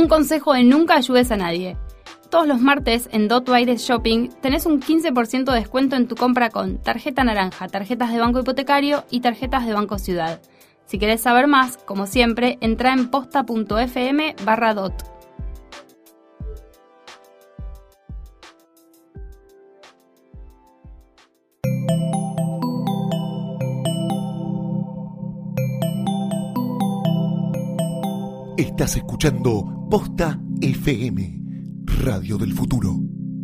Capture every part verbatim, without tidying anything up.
un consejo de nunca ayudes a nadie. Todos los martes en Dot Baires Shopping tenés un quince por ciento de descuento en tu compra con tarjeta naranja, tarjetas de Banco Hipotecario y tarjetas de Banco Ciudad. Si querés saber más, como siempre, entra en posta.fm barra dot. Estás escuchando Posta F M, Radio del Futuro.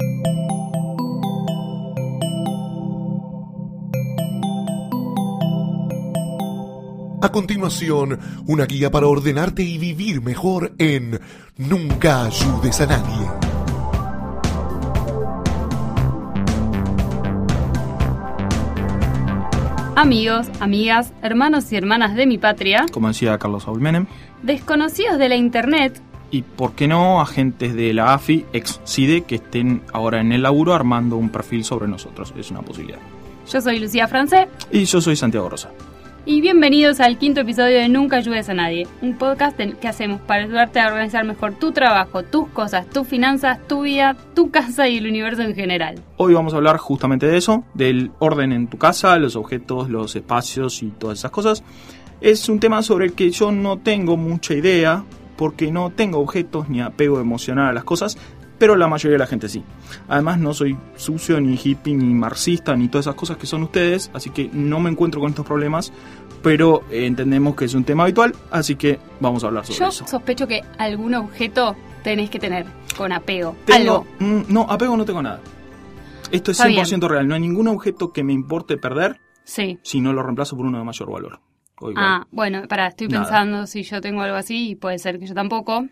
A continuación, una guía para ordenarte y vivir mejor en Nunca ayudes a nadie. Amigos, amigas, hermanos y hermanas de mi patria, como decía Carlos Saúl Menem, desconocidos de la internet y, ¿por qué no?, agentes de la A F I, ex CIDE, que estén ahora en el laburo armando un perfil sobre nosotros. Es una posibilidad. Yo soy Lucía Francé. Y yo soy Santiago Rosa. Y bienvenidos al quinto episodio de Nunca ayudes a nadie, un podcast que hacemos para ayudarte a organizar mejor tu trabajo, tus cosas, tus finanzas, tu vida, tu casa y el universo en general. Hoy vamos a hablar justamente de eso, del orden en tu casa, los objetos, los espacios y todas esas cosas. Es un tema sobre el que yo no tengo mucha idea, porque no tengo objetos ni apego emocional a las cosas, pero la mayoría de la gente sí. Además, no soy sucio, ni hippie, ni marxista, ni todas esas cosas que son ustedes, así que no me encuentro con estos problemas, pero eh, entendemos que es un tema habitual, así que vamos a hablar sobre Yo eso. Yo sospecho que algún objeto tenés que tener con apego. Tengo, Algo. Mm, no, apego no tengo nada. Esto es Está cien por ciento bien. real. No hay ningún objeto que me importe perder Sí. si no lo reemplazo por uno de mayor valor. O igual. Ah, bueno, pará, estoy Nada. pensando si yo tengo algo así, y puede ser que yo tampoco.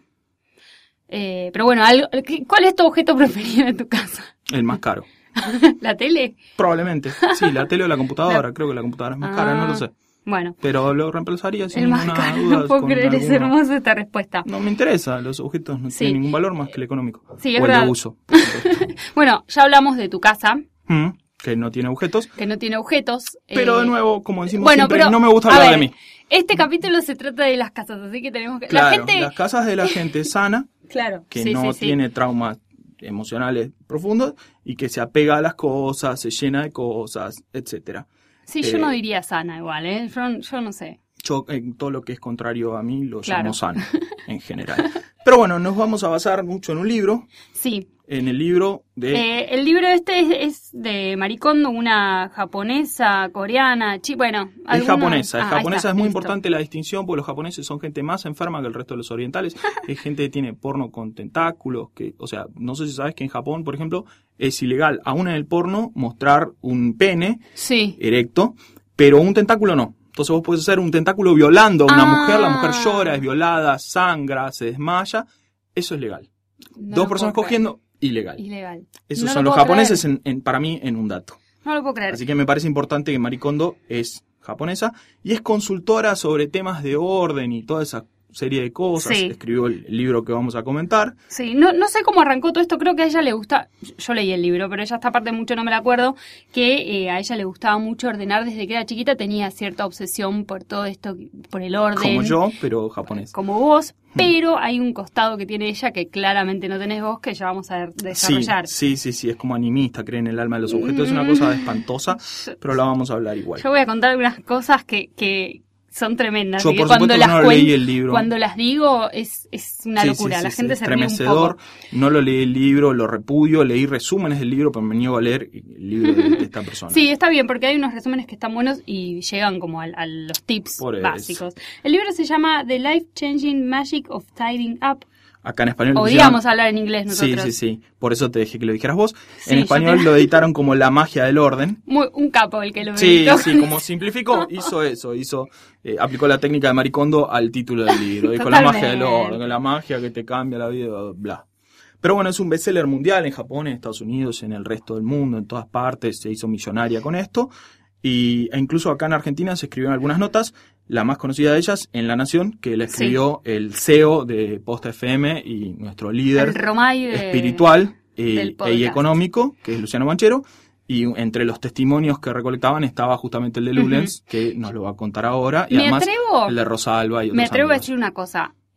Eh, pero bueno, algo, ¿qué- ¿cuál es tu objeto preferido en tu casa? El más caro. ¿La tele? Probablemente. Sí, la tele o la computadora. La- Creo que la computadora es más Ah. cara, no lo sé. Bueno, Pero lo reemplazaría sin el más ninguna caro, duda. no puedo con creer, es alguno. hermosa esta respuesta. No me interesa, los objetos no Sí. tienen ningún valor más que el económico. Sí, es o el verdad. de uso. por supuesto. Bueno, ya hablamos de tu casa, Mm, que no tiene objetos. que no tiene objetos. Pero eh, de nuevo, como decimos bueno, siempre, pero, no me gusta a hablar ver, de mí. Este capítulo se trata de las casas, así que tenemos que... Claro, la gente... las casas de la gente sana, Claro, que sí, no sí, sí. tiene traumas emocionales profundos y que se apega a las cosas, se llena de cosas, etcétera. Sí, yo eh, no diría sana igual, ¿eh? Yo, yo no sé. Yo, en todo lo que es contrario a mí, lo Claro. llamo sano, en general. Pero bueno, nos vamos a basar mucho en un libro, Sí. en el libro de... Eh, el libro este es, es de Marie Kondo, una japonesa, coreana, chi, bueno. Es alguna- japonesa, es Ah, ahí japonesa, está, es muy listo. importante la distinción porque los japoneses son gente más enferma que el resto de los orientales. Es gente que tiene porno con tentáculos, que, o sea, no sé si sabes que en Japón, por ejemplo, es ilegal, aún en el porno, mostrar un pene Sí. erecto, pero un tentáculo no. Entonces vos podés hacer un tentáculo violando a una Ah. mujer, la mujer llora, es violada, sangra, se desmaya, eso es legal. No Dos lo personas puedo creer. cogiendo, ilegal. Ilegal. Esos No son lo los puedo japoneses, creer. en, en- para mí, en un dato. No lo puedo creer. Así que me parece importante que Marie Kondo es japonesa y es consultora sobre temas de orden y toda esa serie de cosas. Sí. Escribió el libro que vamos a comentar. Sí, no, no sé cómo arrancó todo esto, creo que a ella le gusta, yo leí el libro, pero ella esta parte mucho no me la acuerdo, que eh, a ella le gustaba mucho ordenar desde que era chiquita, tenía cierta obsesión por todo esto, por el orden. Como yo, pero japonés. Como vos, pero hay un costado que tiene ella que claramente no tenés vos, que ya vamos a Sí, desarrollar. sí, sí, sí, es como animista, cree en el alma de los objetos. Es una cosa espantosa, pero la vamos a hablar igual. Yo voy a contar algunas cosas que, que son tremendas. Yo, y que por cuando supuesto, las que no lo cuen- leí el libro. Cuando las digo es, es una Sí, locura, sí, la sí, gente sí, se ríe un estremecedor. poco. No lo leí el libro, lo repudio, leí resúmenes del libro, pero me niego a leer el libro de, de esta persona. Sí, está bien, porque hay unos resúmenes que están buenos y llegan como a, a los tips Por eso. básicos. El libro se llama The Life Changing Magic of Tidying Up. Acá en español lo Odiamos pusieron- hablar en inglés nosotros. Sí, sí, sí. Por eso te dejé que lo dijeras vos. Sí, en yo español te- lo editaron como La magia del orden. Muy, un capo el que lo Sí, editó. sí, como simplificó, hizo eso, hizo, eh, aplicó la técnica de Marie Kondo al título del libro. Dijo la magia del Totalmente. orden, la magia que te cambia la vida, bla. Pero bueno, es un bestseller mundial en Japón, en Estados Unidos, en el resto del mundo, en todas partes. Se hizo millonaria con esto. Y, e incluso acá en Argentina se escribieron algunas notas, la más conocida de ellas, en La Nación, que la escribió el C E O de Posta F M y nuestro líder El Romay de- espiritual eh, del y podcast. económico, que es Luciano Banchero. Y entre los testimonios que recolectaban estaba justamente el de Lulens, que nos lo va a contar ahora. Y Me además atrevo- el de Rosalba y otros Me atrevo a amigos. decir una cosa.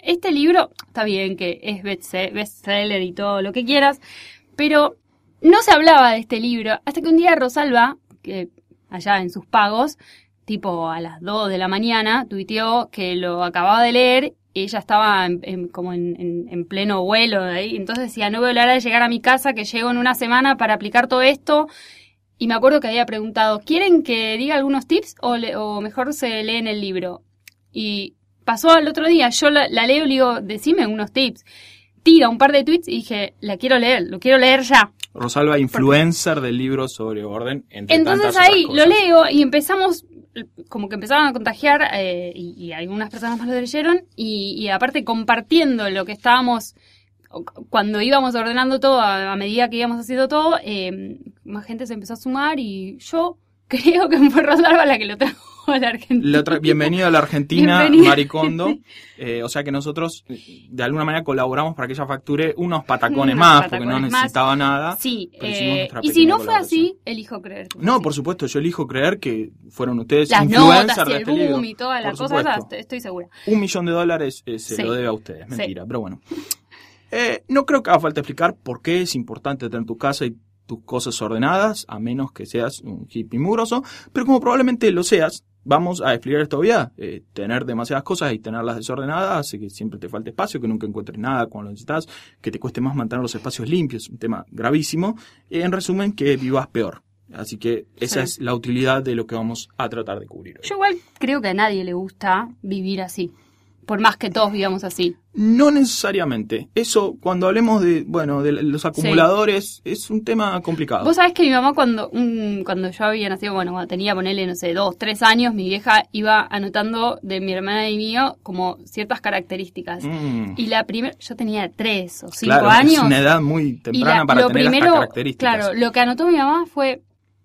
este libro, está bien que es bestse- bestseller y todo lo que quieras, pero no se hablaba de este libro hasta que un día Rosalba, que allá en sus pagos, tipo a las dos de la mañana, tuiteó que lo acababa de leer. Ella estaba en, en, como en, en, en pleno vuelo de ahí, entonces decía, no veo la hora de llegar a mi casa, que llego en una semana para aplicar todo esto. Y me acuerdo que había preguntado, ¿quieren que diga algunos tips o, le, o mejor se leen el libro? Y pasó al otro día, yo la, la leo y le digo, decime unos tips. Tira un par de tweets y dije, la quiero leer, lo quiero leer ya. Rosalba, influencer del libro sobre orden, entre Entonces tantas ahí otras lo cosas. leo y empezamos, como que empezaron a contagiar eh, y, y algunas personas más lo leyeron y, y aparte compartiendo lo que estábamos, cuando íbamos ordenando todo, a, a medida que íbamos haciendo todo, eh, más gente se empezó a sumar y yo creo que fue Rosalba la que lo trajo a la Argentina. La tra- Bienvenido a la Argentina, Bienvenida. Maricondo. Eh, o sea que nosotros, de alguna manera, colaboramos para que ella facture unos patacones Unos más, patacones porque no más. necesitaba nada. Sí, pero hicimos eh, nuestra y si pequeña no fue colaboración. así, elijo creer. que fue No, así. por supuesto, yo elijo creer que fueron ustedes Las influencers notas y de el este boom libro. y todas las Por cosas, supuesto. esas, estoy segura. Un millón de dólares eh, se Sí. lo debe a ustedes, Sí. mentira, pero bueno. Eh, no creo que haga falta explicar por qué es importante tener tu casa y tus cosas ordenadas, a menos que seas un hippie mugroso, pero como probablemente lo seas, vamos a explicar esto obvia. Eh, tener demasiadas cosas y tenerlas desordenadas hace que siempre te falte espacio, que nunca encuentres nada cuando lo necesitas, que te cueste más mantener los espacios limpios, un tema gravísimo. Eh, en resumen, que vivas peor. Así que esa Sí. es la utilidad de lo que vamos a tratar de cubrir hoy. Yo igual creo que a nadie le gusta vivir así, por más que todos vivamos así. No necesariamente. Eso, cuando hablemos de, bueno, de los acumuladores, es un tema complicado. Vos sabés que mi mamá cuando um, cuando yo había nacido, bueno, cuando tenía, ponele, no sé, dos, tres años, mi vieja iba anotando de mi hermana y mío como ciertas características. Mm. Y la primera, yo tenía tres o cinco Claro, años. es una edad muy y temprana la- para lo tener primero, estas características. claro, lo que anotó mi mamá fue,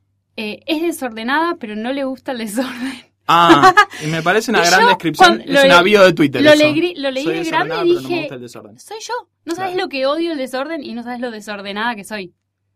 eh, es desordenada, pero no le gusta el desorden. Ah, y me parece una Y gran yo, descripción. cuando Es lo una le- bio de Twitter. Lo, eso. leí, lo leí Soy de desordenada, grande y pero no me dije, gusta el desorden. soy yo. No sabes Claro. lo que odio el desorden y no sabes lo desordenada que soy.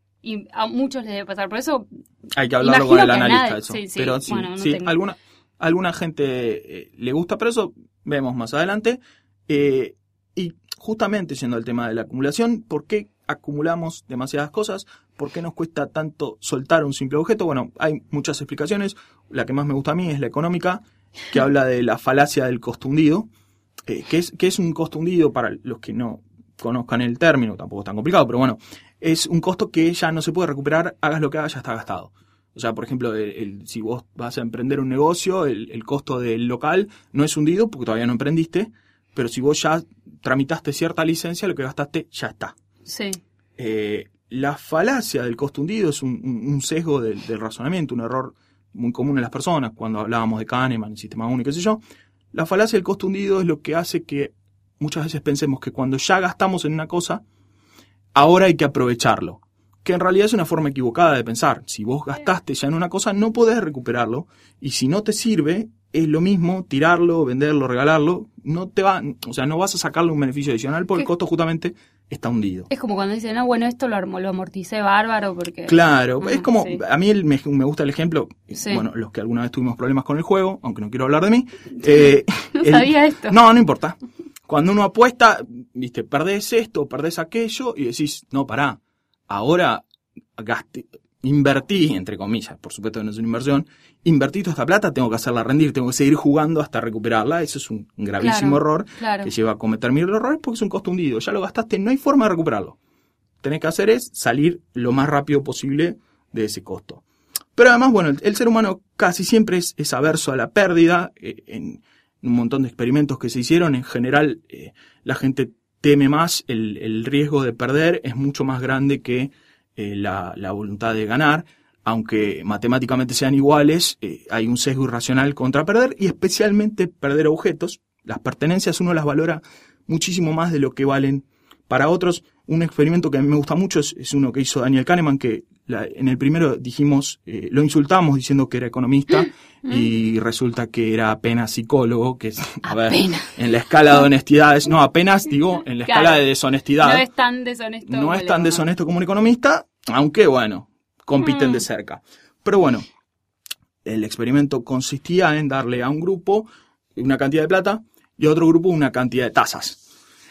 Y a muchos les debe pasar. Por eso, Hay que hablarlo imagino con el que a analista, nadie- eso. sí, sí, Pero sí, bueno, no sí, tengo. alguna, alguna gente eh, le gusta, pero eso vemos más adelante. Eh, y justamente yendo al tema de la acumulación, ¿por qué acumulamos demasiadas cosas? ¿Por qué nos cuesta tanto soltar un simple objeto? Bueno, hay muchas explicaciones. La que más me gusta a mí es la económica, que habla de la falacia del costo hundido. Eh, que es, que es un costo hundido para los que no conozcan el término, tampoco es tan complicado, pero bueno, es un costo que ya no se puede recuperar, hagas lo que hagas, ya está gastado. O sea, por ejemplo, el, el, si vos vas a emprender un negocio, el, el costo del local no es hundido porque todavía no emprendiste, pero si vos ya tramitaste cierta licencia, lo que gastaste ya está. sí. Eh, la falacia del costo hundido es un, un, un sesgo del, del razonamiento, un error muy común en las personas, cuando hablábamos de Kahneman, el sistema único, qué sé yo. La falacia del costo hundido es lo que hace que muchas veces pensemos que cuando ya gastamos en una cosa, ahora hay que aprovecharlo. Que en realidad es una forma equivocada de pensar. Si vos gastaste ya en una cosa, no podés recuperarlo. Y si no te sirve, es lo mismo tirarlo, venderlo, regalarlo. No te va, o sea, no vas a sacarle un beneficio adicional porque ¿Qué? el costo justamente está hundido. Es como cuando dicen, no, bueno, esto lo, armo- lo amorticé bárbaro porque... Claro, Ujú, es como, sí. a mí el- me, me gusta el ejemplo, Sí. bueno, los que alguna vez tuvimos problemas con el juego, aunque no quiero hablar de mí. eh, No el- sabía esto. No, no importa. Cuando uno apuesta, viste, perdés esto, perdés aquello, y decís, no, pará, ahora gasté, invertí, entre comillas, por supuesto que no es una inversión, invertí toda esta plata, tengo que hacerla rendir, tengo que seguir jugando hasta recuperarla. Eso es un gravísimo Claro, error claro. que lleva a cometer mil errores porque es un costo hundido. Ya lo gastaste, no hay forma de recuperarlo. Tenés que hacer es salir lo más rápido posible de ese costo. Pero además, bueno, el, el ser humano casi siempre es, es averso a la pérdida. Eh, en un montón de experimentos que se hicieron, en general, eh, la gente teme más, el, el riesgo de perder es mucho más grande que eh, la, la voluntad de ganar. Aunque matemáticamente sean iguales, eh, hay un sesgo irracional contra perder, y especialmente perder objetos. Las pertenencias uno las valora muchísimo más de lo que valen para otros. Un experimento que a mí me gusta mucho es, es uno que hizo Daniel Kahneman, que la, en el primero dijimos, eh, lo insultamos diciendo que era economista, y resulta que era apenas psicólogo, que es, a ver, Apenas. en la escala de honestidades, no, apenas digo, en la Claro. escala de deshonestidad, No es tan deshonesto. no como es le tan llaman. deshonesto como un economista, aunque bueno, compiten Mm. de cerca. Pero bueno, el experimento consistía en darle a un grupo una cantidad de plata y a otro grupo una cantidad de tazas.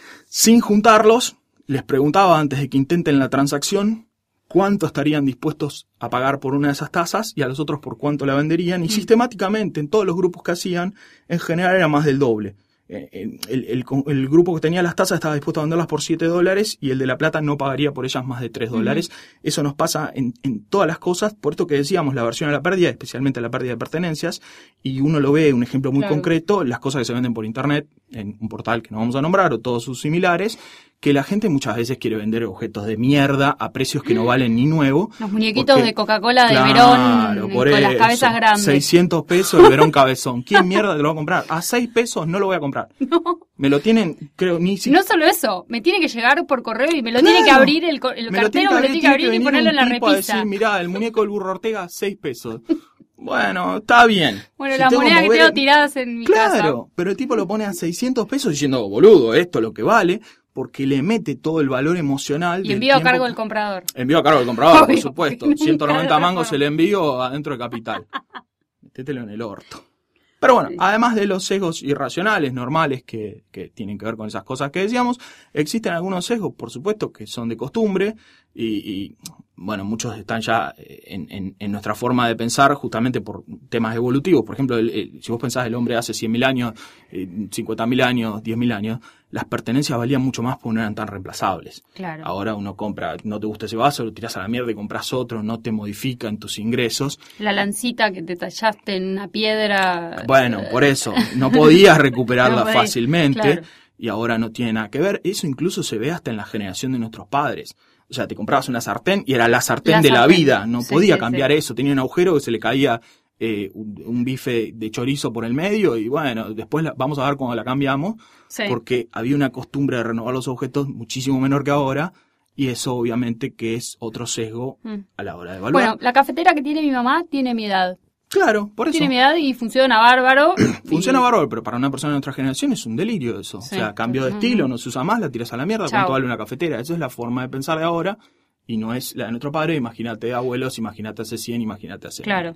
Sin juntarlos, les preguntaba antes de que intenten la transacción cuánto estarían dispuestos a pagar por una de esas tazas y a los otros por cuánto la venderían. Y mm. sistemáticamente, en todos los grupos que hacían, en general era más del doble. Eh, el, el, el grupo que tenía las tazas estaba dispuesto a venderlas por siete dólares y el de la plata no pagaría por ellas más de tres dólares. Mm. Eso nos pasa en, en todas las cosas, por esto que decíamos, la aversión a la pérdida, especialmente la pérdida de pertenencias, y uno lo ve, un ejemplo muy claro. concreto, las cosas que se venden por internet, en un portal que no vamos a nombrar, o todos sus similares, que la gente muchas veces quiere vender objetos de mierda a precios que no valen ni nuevo. Los muñequitos porque, de Coca-Cola de claro, Verón con eso, las cabezas grandes. seiscientos pesos el Verón cabezón. ¿Quién mierda te lo va a comprar? A seis pesos no lo voy a comprar. No. Me lo tienen, creo, ni si... No solo eso, me tiene que llegar por correo y me lo claro. tiene que abrir el, el me cartero, me lo tiene que abrir y ponerlo en la repisa. Decir, mirá, el muñeco del Burro Ortega, seis pesos. Bueno, está bien. Bueno, si las monedas que tengo tiradas en mi claro, casa. Claro, pero el tipo lo pone a seiscientos pesos diciendo, boludo, esto es lo que vale, porque le mete todo el valor emocional. Y envío a cargo del comprador. Envío a cargo del comprador, por supuesto. ciento noventa mangos el envío adentro de Capital. Métetelo en el orto. Pero bueno, sí. además de los sesgos irracionales, normales, que, que tienen que ver con esas cosas que decíamos, existen algunos sesgos, por supuesto, que son de costumbre y, y bueno, muchos están ya en, en, en nuestra forma de pensar justamente por temas evolutivos. Por ejemplo, el, el, si vos pensás el hombre hace cien mil años, eh, cincuenta mil años, diez mil años, las pertenencias valían mucho más porque no eran tan reemplazables. Claro. Ahora uno compra, no te gusta ese vaso, lo tirás a la mierda y compras otro, no te modifican tus ingresos. La lancita que te tallaste en una piedra. Bueno, por eso, no podías recuperarla no podés, fácilmente claro. y ahora no tiene nada que ver. Eso incluso se ve hasta en la generación de nuestros padres. O sea, te comprabas una sartén y era la sartén la de sartén. La vida, no sí, podía sí, cambiar sí. eso, tenía un agujero que se le caía eh, un, un bife de chorizo por el medio y bueno, después la, vamos a ver cuando la cambiamos, sí. porque había una costumbre de renovar los objetos muchísimo menor que ahora y eso obviamente que es otro sesgo mm. a la hora de evaluar. Bueno, la cafetera que tiene mi mamá tiene mi edad. Claro, por eso. Tiene mi edad y funciona bárbaro. Funciona y... bárbaro, pero para una persona de nuestra generación es un delirio eso. Sí, o sea, cambio de estilo, no se usa más, la tiras a la mierda, Chao. ¿Cuánto vale una cafetera? Eso es la forma de pensar de ahora y no es la de nuestro padre. Imagínate abuelos, imagínate hace cien, imagínate hace... Claro.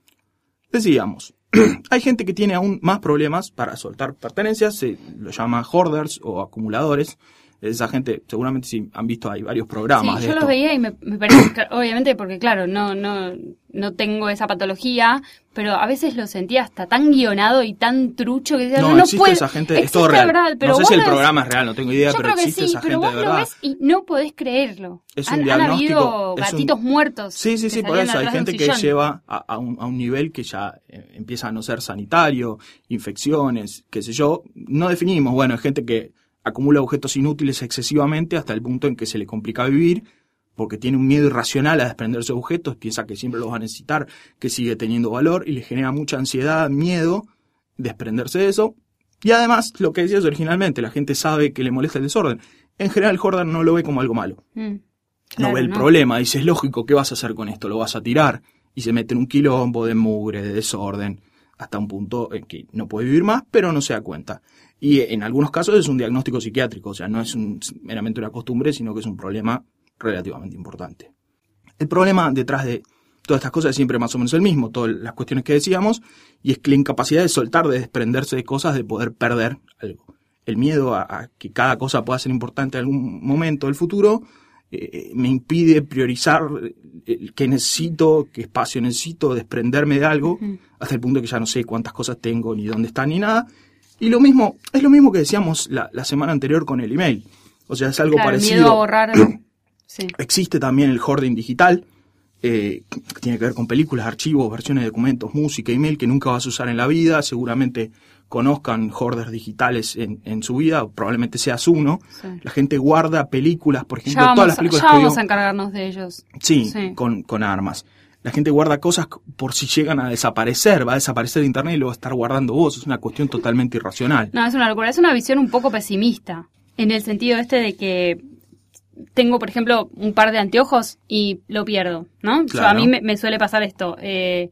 Decíamos, hay gente que tiene aún más problemas para soltar pertenencias, se lo llama hoarders o acumuladores. Esa gente, seguramente si han visto, hay varios programas sí, de yo esto. los veía y me, me parece, obviamente, porque claro, no no no tengo esa patología, pero a veces lo sentía hasta tan guionado y tan trucho que decía, no, no, no existe puede, esa gente, es todo real. Verdad, pero no sé si el ves, programa es real, no tengo idea, yo pero creo existe que sí, esa pero gente vos de verdad. Lo ves y no podés creerlo. Es un han, diagnóstico. Han habido gatitos un, muertos. Sí, sí, sí, por eso hay gente que lleva a, a, un, a un nivel que ya eh, empieza a no ser sanitario, infecciones, qué sé yo. No definimos, bueno, hay gente que acumula objetos inútiles excesivamente hasta el punto en que se le complica vivir porque tiene un miedo irracional a desprenderse de objetos, piensa que siempre los va a necesitar, que sigue teniendo valor y le genera mucha ansiedad, miedo desprenderse de eso. Y además, lo que decías originalmente, la gente sabe que le molesta el desorden. En general, el hoarder no lo ve como algo malo. Mm, claro, no ve el no. problema, dice, es lógico, ¿qué vas a hacer con esto? ¿Lo vas a tirar? Y se mete en un quilombo de mugre, de desorden, hasta un punto en que no puede vivir más, pero no se da cuenta. Y en algunos casos es un diagnóstico psiquiátrico, o sea, no es un, meramente una costumbre, sino que es un problema relativamente importante. El problema detrás de todas estas cosas es siempre más o menos el mismo, todas las cuestiones que decíamos, y es que la incapacidad de soltar, de desprenderse de cosas, de poder perder algo. El miedo a, a que cada cosa pueda ser importante en algún momento del futuro eh, me impide priorizar el qué necesito, qué espacio necesito, desprenderme de algo, uh-huh. hasta el punto que ya no sé cuántas cosas tengo, ni dónde están, ni nada. Y lo mismo, es lo mismo que decíamos la, la semana anterior con el email. O sea, es algo claro, parecido. Miedo a borrar. Sí. Existe también el hoarding digital, eh, que tiene que ver con películas, archivos, versiones de documentos, música, email, que nunca vas a usar en la vida. Seguramente conozcan hoarders digitales en, en su vida, probablemente seas uno. Sí. La gente guarda películas, por ejemplo, vamos, todas las películas ya que vamos vio, a encargarnos de ellos. Sí, sí. Con, con armas. La gente guarda cosas por si llegan a desaparecer, va a desaparecer de internet y lo va a estar guardando vos. Es una cuestión totalmente irracional. No, es una locura. Es una visión un poco pesimista, en el sentido este de que tengo, por ejemplo, un par de anteojos y lo pierdo, ¿no? Claro. Yo, a mí me, me suele pasar esto. Eh,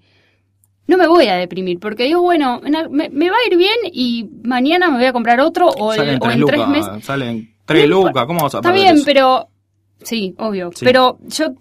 no me voy a deprimir, porque digo, bueno, me, me va a ir bien y mañana me voy a comprar otro o, el, o en lucas, tres meses. Salen tres lucas, ¿cómo vas a Está perder bien, eso? pero... Sí, obvio. Sí. Pero yo... Te,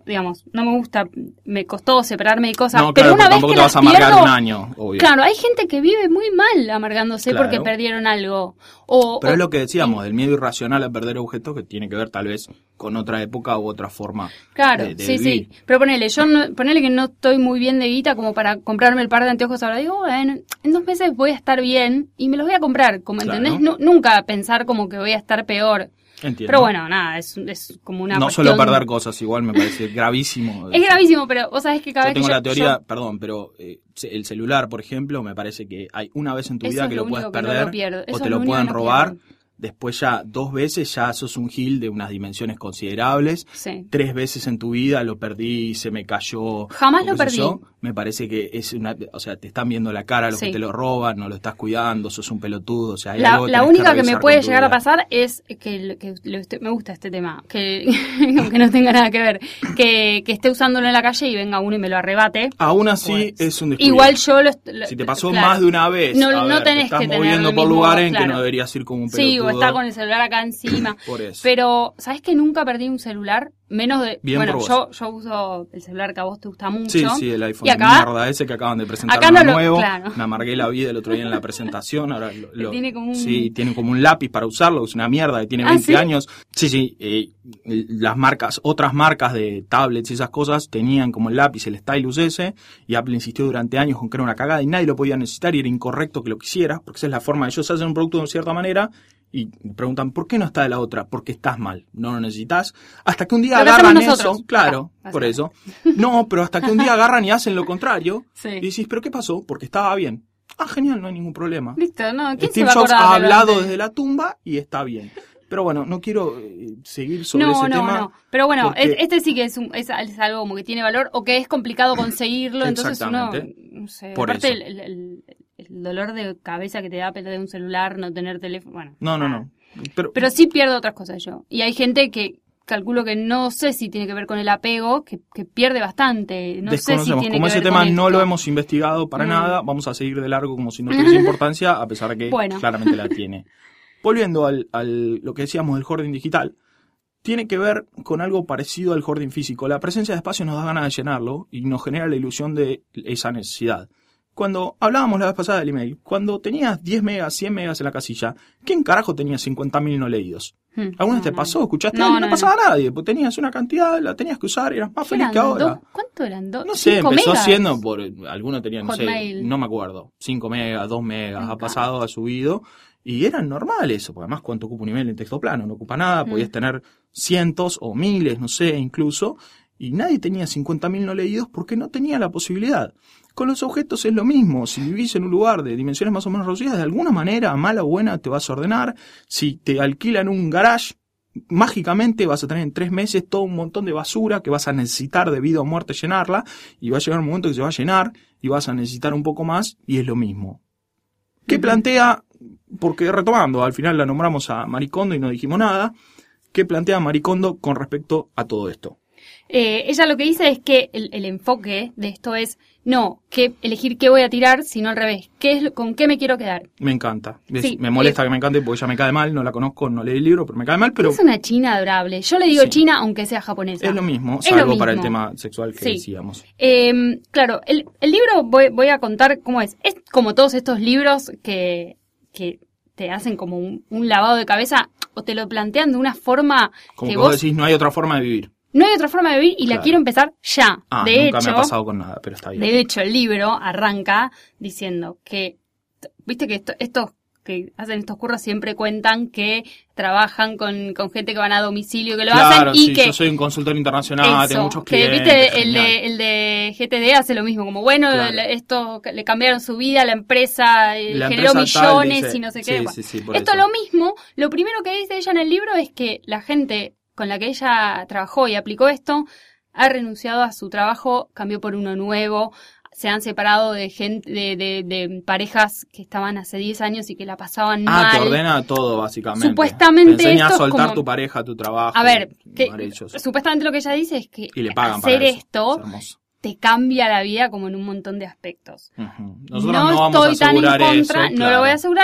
digamos, no me gusta, me costó separarme de cosas, No, pero claro, una vez tampoco que te vas las a amargar pierdo, un año, obvio. Claro, hay gente que vive muy mal amargándose Claro. porque perdieron algo. O, Pero o, es lo que decíamos, del miedo irracional a perder objetos que tiene que ver tal vez con otra época u otra forma Claro, de, de sí, vivir. sí. Pero ponele, yo no, ponele que no estoy muy bien de guita como para comprarme el par de anteojos ahora. Digo, bueno, en dos meses voy a estar bien y me los voy a comprar. Como Claro. entendés, no, nunca pensar como que voy a estar peor. Entiendo. Pero bueno, nada, es, es como una No cuestión... solo perder cosas, igual me parece gravísimo. Es gravísimo, pero vos sabés que cada Yo vez tengo que yo... la teoría, yo- perdón, pero eh, el celular, por ejemplo, me parece que hay una vez en tu Eso vida es que lo lo puedes único que no perder lo pierdo. Eso o es te lo lo único pueden que no robar. pierdo. Después ya dos veces ya sos un gil de unas dimensiones considerables. Sí. Tres veces en tu vida lo perdí, se me cayó. Jamás o lo qué sé perdí. yo. Me parece que es una, o sea, te están viendo la cara los Sí. que te lo roban, no lo estás cuidando, sos un pelotudo, o sea, hay La, algo que la tenés única que, me revisar puede con tu llegar a vida. pasar es que, que lo esté- me gusta este tema, que aunque no tenga nada que ver, que, que esté usándolo en la calle y venga uno y me lo arrebate. Aún así Pues, es un descuido. igual yo lo, est- lo- Si te pasó claro. más de una vez, no, a no ver, te tenés estás que tener moviendo el por mismo- lugares en que claro. no deberías ir como un pelotudo. Sí, o estar con el celular acá encima. Por eso. Pero, ¿sabes que nunca perdí un celular? Menos de... Bien bueno, por yo, yo uso el celular que a vos te gusta mucho. Sí, sí, el iPhone Y de acá, mierda ese que acaban de presentar acá uno no lo- nuevo. claro. Me amargué la vida el otro día en la presentación. Ahora lo, lo- tiene como un- Sí, tiene como un lápiz para usarlo. Es una mierda que tiene ¿Ah, veinte sí? años. Sí, sí. eh, las marcas, otras marcas de tablets y esas cosas tenían como el lápiz, el stylus ese. Y Apple insistió durante años con que era una cagada y nadie lo podía necesitar y era incorrecto que lo quisieras. Porque esa es la forma. Ellos hacen un producto de cierta manera y preguntan, ¿por qué no está de la otra? Porque estás mal, no lo necesitas. Hasta que un día Lo que agarran hacemos nosotros. eso, claro, Ah, por así. eso. No, pero hasta que un día agarran y hacen lo contrario. Sí. Y decís, ¿pero qué pasó? Porque estaba bien. Ah, genial, no hay ningún problema. Listo, no, ¿quién Steve se va a Jobs acordar ha de lo hablado antes? desde la tumba y está bien. Pero bueno, no quiero eh, seguir sobre No, ese no, tema. no. Pero bueno, porque- es- este sí que es, un- es, es algo como que tiene valor o que es complicado conseguirlo. Entonces uno, Exactamente. no sé, Por aparte eso. el, el- el- el dolor de cabeza que te da perder un celular, no tener teléfono, bueno. No, no, nada. no. Pero, Pero sí pierdo otras cosas yo. Y hay gente que calculo que no sé si tiene que ver con el apego, que, que pierde bastante. No sé si desconocemos. tiene Como que ese ver tema con no lo esto. hemos investigado para No. nada, vamos a seguir de largo como si no tuviese importancia, a pesar de que Bueno. claramente la tiene. Volviendo al, al lo que decíamos del hoarding digital, tiene que ver con algo parecido al hoarding físico. La presencia de espacio nos da ganas de llenarlo y nos genera la ilusión de esa necesidad. Cuando hablábamos la vez pasada del email, cuando tenías diez megas, cien megas en la casilla, ¿quién carajo tenía cincuenta mil no leídos? Hmm. ¿Alguna vez No, te no. pasó? ¿Escuchaste? No, algo? No, no, no pasaba nadie. Pues tenías una cantidad, la tenías que usar y eras más feliz ¿Eran que ahora. dos? ¿Cuánto eran? dos? No sé, ¿Cinco empezó megas? siendo por... Algunos tenían, no sé, Hotmail. no me acuerdo. cinco megas, dos megas, Nunca. ha pasado, ha subido. Y eran normales eso, porque además cuánto ocupa un email en texto plano, no ocupa nada, Mm. podías tener cientos o miles, no sé, incluso. Y nadie tenía cincuenta mil no leídos porque no tenía la posibilidad. Con los objetos es lo mismo. Si vivís en un lugar de dimensiones más o menos reducidas, de alguna manera, mala o buena, te vas a ordenar. Si te alquilan un garage, mágicamente vas a tener en tres meses todo un montón de basura que vas a necesitar de vida o muerte llenarla. Y va a llegar un momento que se va a llenar y vas a necesitar un poco más y es lo mismo. ¿Qué plantea? Porque retomando, al final la nombramos a Maricondo y no dijimos nada. ¿Qué plantea Maricondo con respecto a todo esto? Eh, ella lo que dice es que el, el enfoque de esto es no que elegir qué voy a tirar, sino al revés. ¿Qué es, lo- ¿Con qué me quiero quedar? Me encanta. Es- Sí, me molesta eh, que me encante porque ella me cae mal, no la conozco, no leí el libro, pero me cae mal, pero Es una china adorable. Yo le digo Sí. china aunque sea japonesa. es lo mismo, Es lo salvo para el mismo. tema sexual que Sí. decíamos. Eh, claro, el, el libro voy, voy a contar cómo es. Es como todos estos libros que, que te hacen como un, un lavado de cabeza o te lo plantean de una forma Como que que vos vos... decís, no hay otra forma de vivir. No hay otra forma de vivir y la Claro. quiero empezar ya. Ah, de nunca hecho, me ha pasado con nada, pero está bien. de hecho, el libro arranca diciendo que, t- viste que esto- estos que hacen estos cursos siempre cuentan que trabajan con, con gente que van a domicilio, que lo Claro, hacen y sí, que... yo soy un consultor internacional, Eso, tengo muchos que clientes. viste el genial. de, el de G T D hace lo mismo, como bueno, Claro. le- esto que le cambiaron su vida, la empresa eh, La generó empresa tal millones dice- y no sé sí, qué. Bueno, sí, sí, por esto eso. lo mismo, lo primero que dice ella en el libro es que la gente con la que ella trabajó y aplicó esto ha renunciado a su trabajo, cambió por uno nuevo, se han separado de gente, de, de, de parejas que estaban hace diez años y que la pasaban Ah, mal. te ordena todo, básicamente. Supuestamente te enseña esto a es soltar como- tu pareja, tu trabajo. A ver, que maravilloso. supuestamente lo que ella dice es que Y le pagan hacer para eso. esto Es hermoso. te cambia la vida como en un montón de aspectos. Ujú. Nosotros no, no, vamos estoy a tan en asegurar contra, eso, no claro. lo voy a asegurar,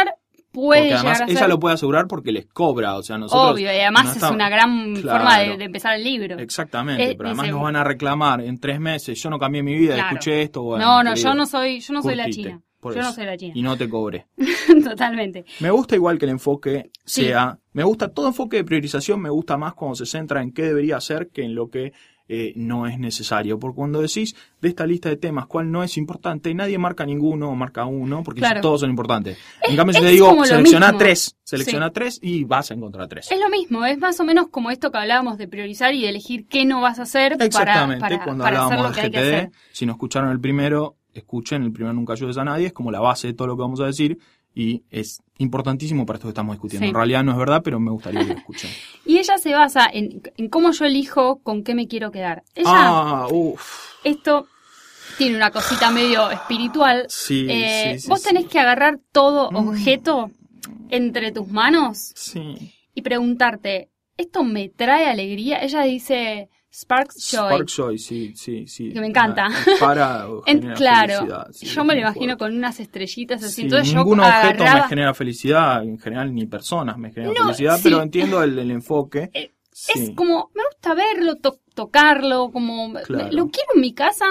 puede porque además llegar a ser. ella lo puede asegurar porque les cobra, o sea, nosotros... Obvio, y además no es estamos- una gran Claro. forma de, de empezar el libro. Exactamente, Eh, pero además dice- nos van a reclamar en tres meses, yo no cambié mi vida, Claro. escuché esto, bueno, no, no, querido, yo no soy, yo no soy la curtite, China. por Yo no eso. soy la China. Y no te cobré. Totalmente. Me gusta igual que el enfoque Sí. sea... Me gusta todo enfoque de priorización, me gusta más cuando se centra en qué debería hacer que en lo que eh, no es necesario. Porque cuando decís de esta lista de temas cuál no es importante, nadie marca ninguno o marca uno, porque Claro. todos son importantes. En cambio, si es te digo, como lo selecciona mismo. tres, selecciona Sí. tres y vas a encontrar tres. Es lo mismo, es más o menos como esto que hablábamos de priorizar y de elegir qué no vas a hacer para, Exactamente, para, cuando para hacer hablábamos lo que de hay G que T D, hacer. si no escucharon el primero, escuchen, el primero nunca ayudes a nadie, es como la base de todo lo que vamos a decir y es importantísimo para esto que estamos discutiendo. Sí. En realidad no es verdad, pero me gustaría que lo escuchen. Y ella se basa en, en cómo yo elijo con qué me quiero quedar. Ella, Ah, uff. esto tiene una cosita medio espiritual. Sí, Eh, sí, sí, vos sí. tenés que agarrar todo Mm. objeto entre tus manos Sí. y preguntarte, ¿esto me trae alegría? Ella dice Sparks Joy. Spark Joy, sí, sí, sí. Que me encanta. Ah, Para o En- genera claro, felicidad, sí, yo me lo muy imagino fuerte. con unas estrellitas así. Sí, Entonces yo ningún objeto agarraba... me genera felicidad, en general ni personas me generan No, felicidad, sí. pero entiendo el, el enfoque. Eh, Sí. Es como, me gusta verlo, to- tocarlo, como, Claro. lo quiero en mi casa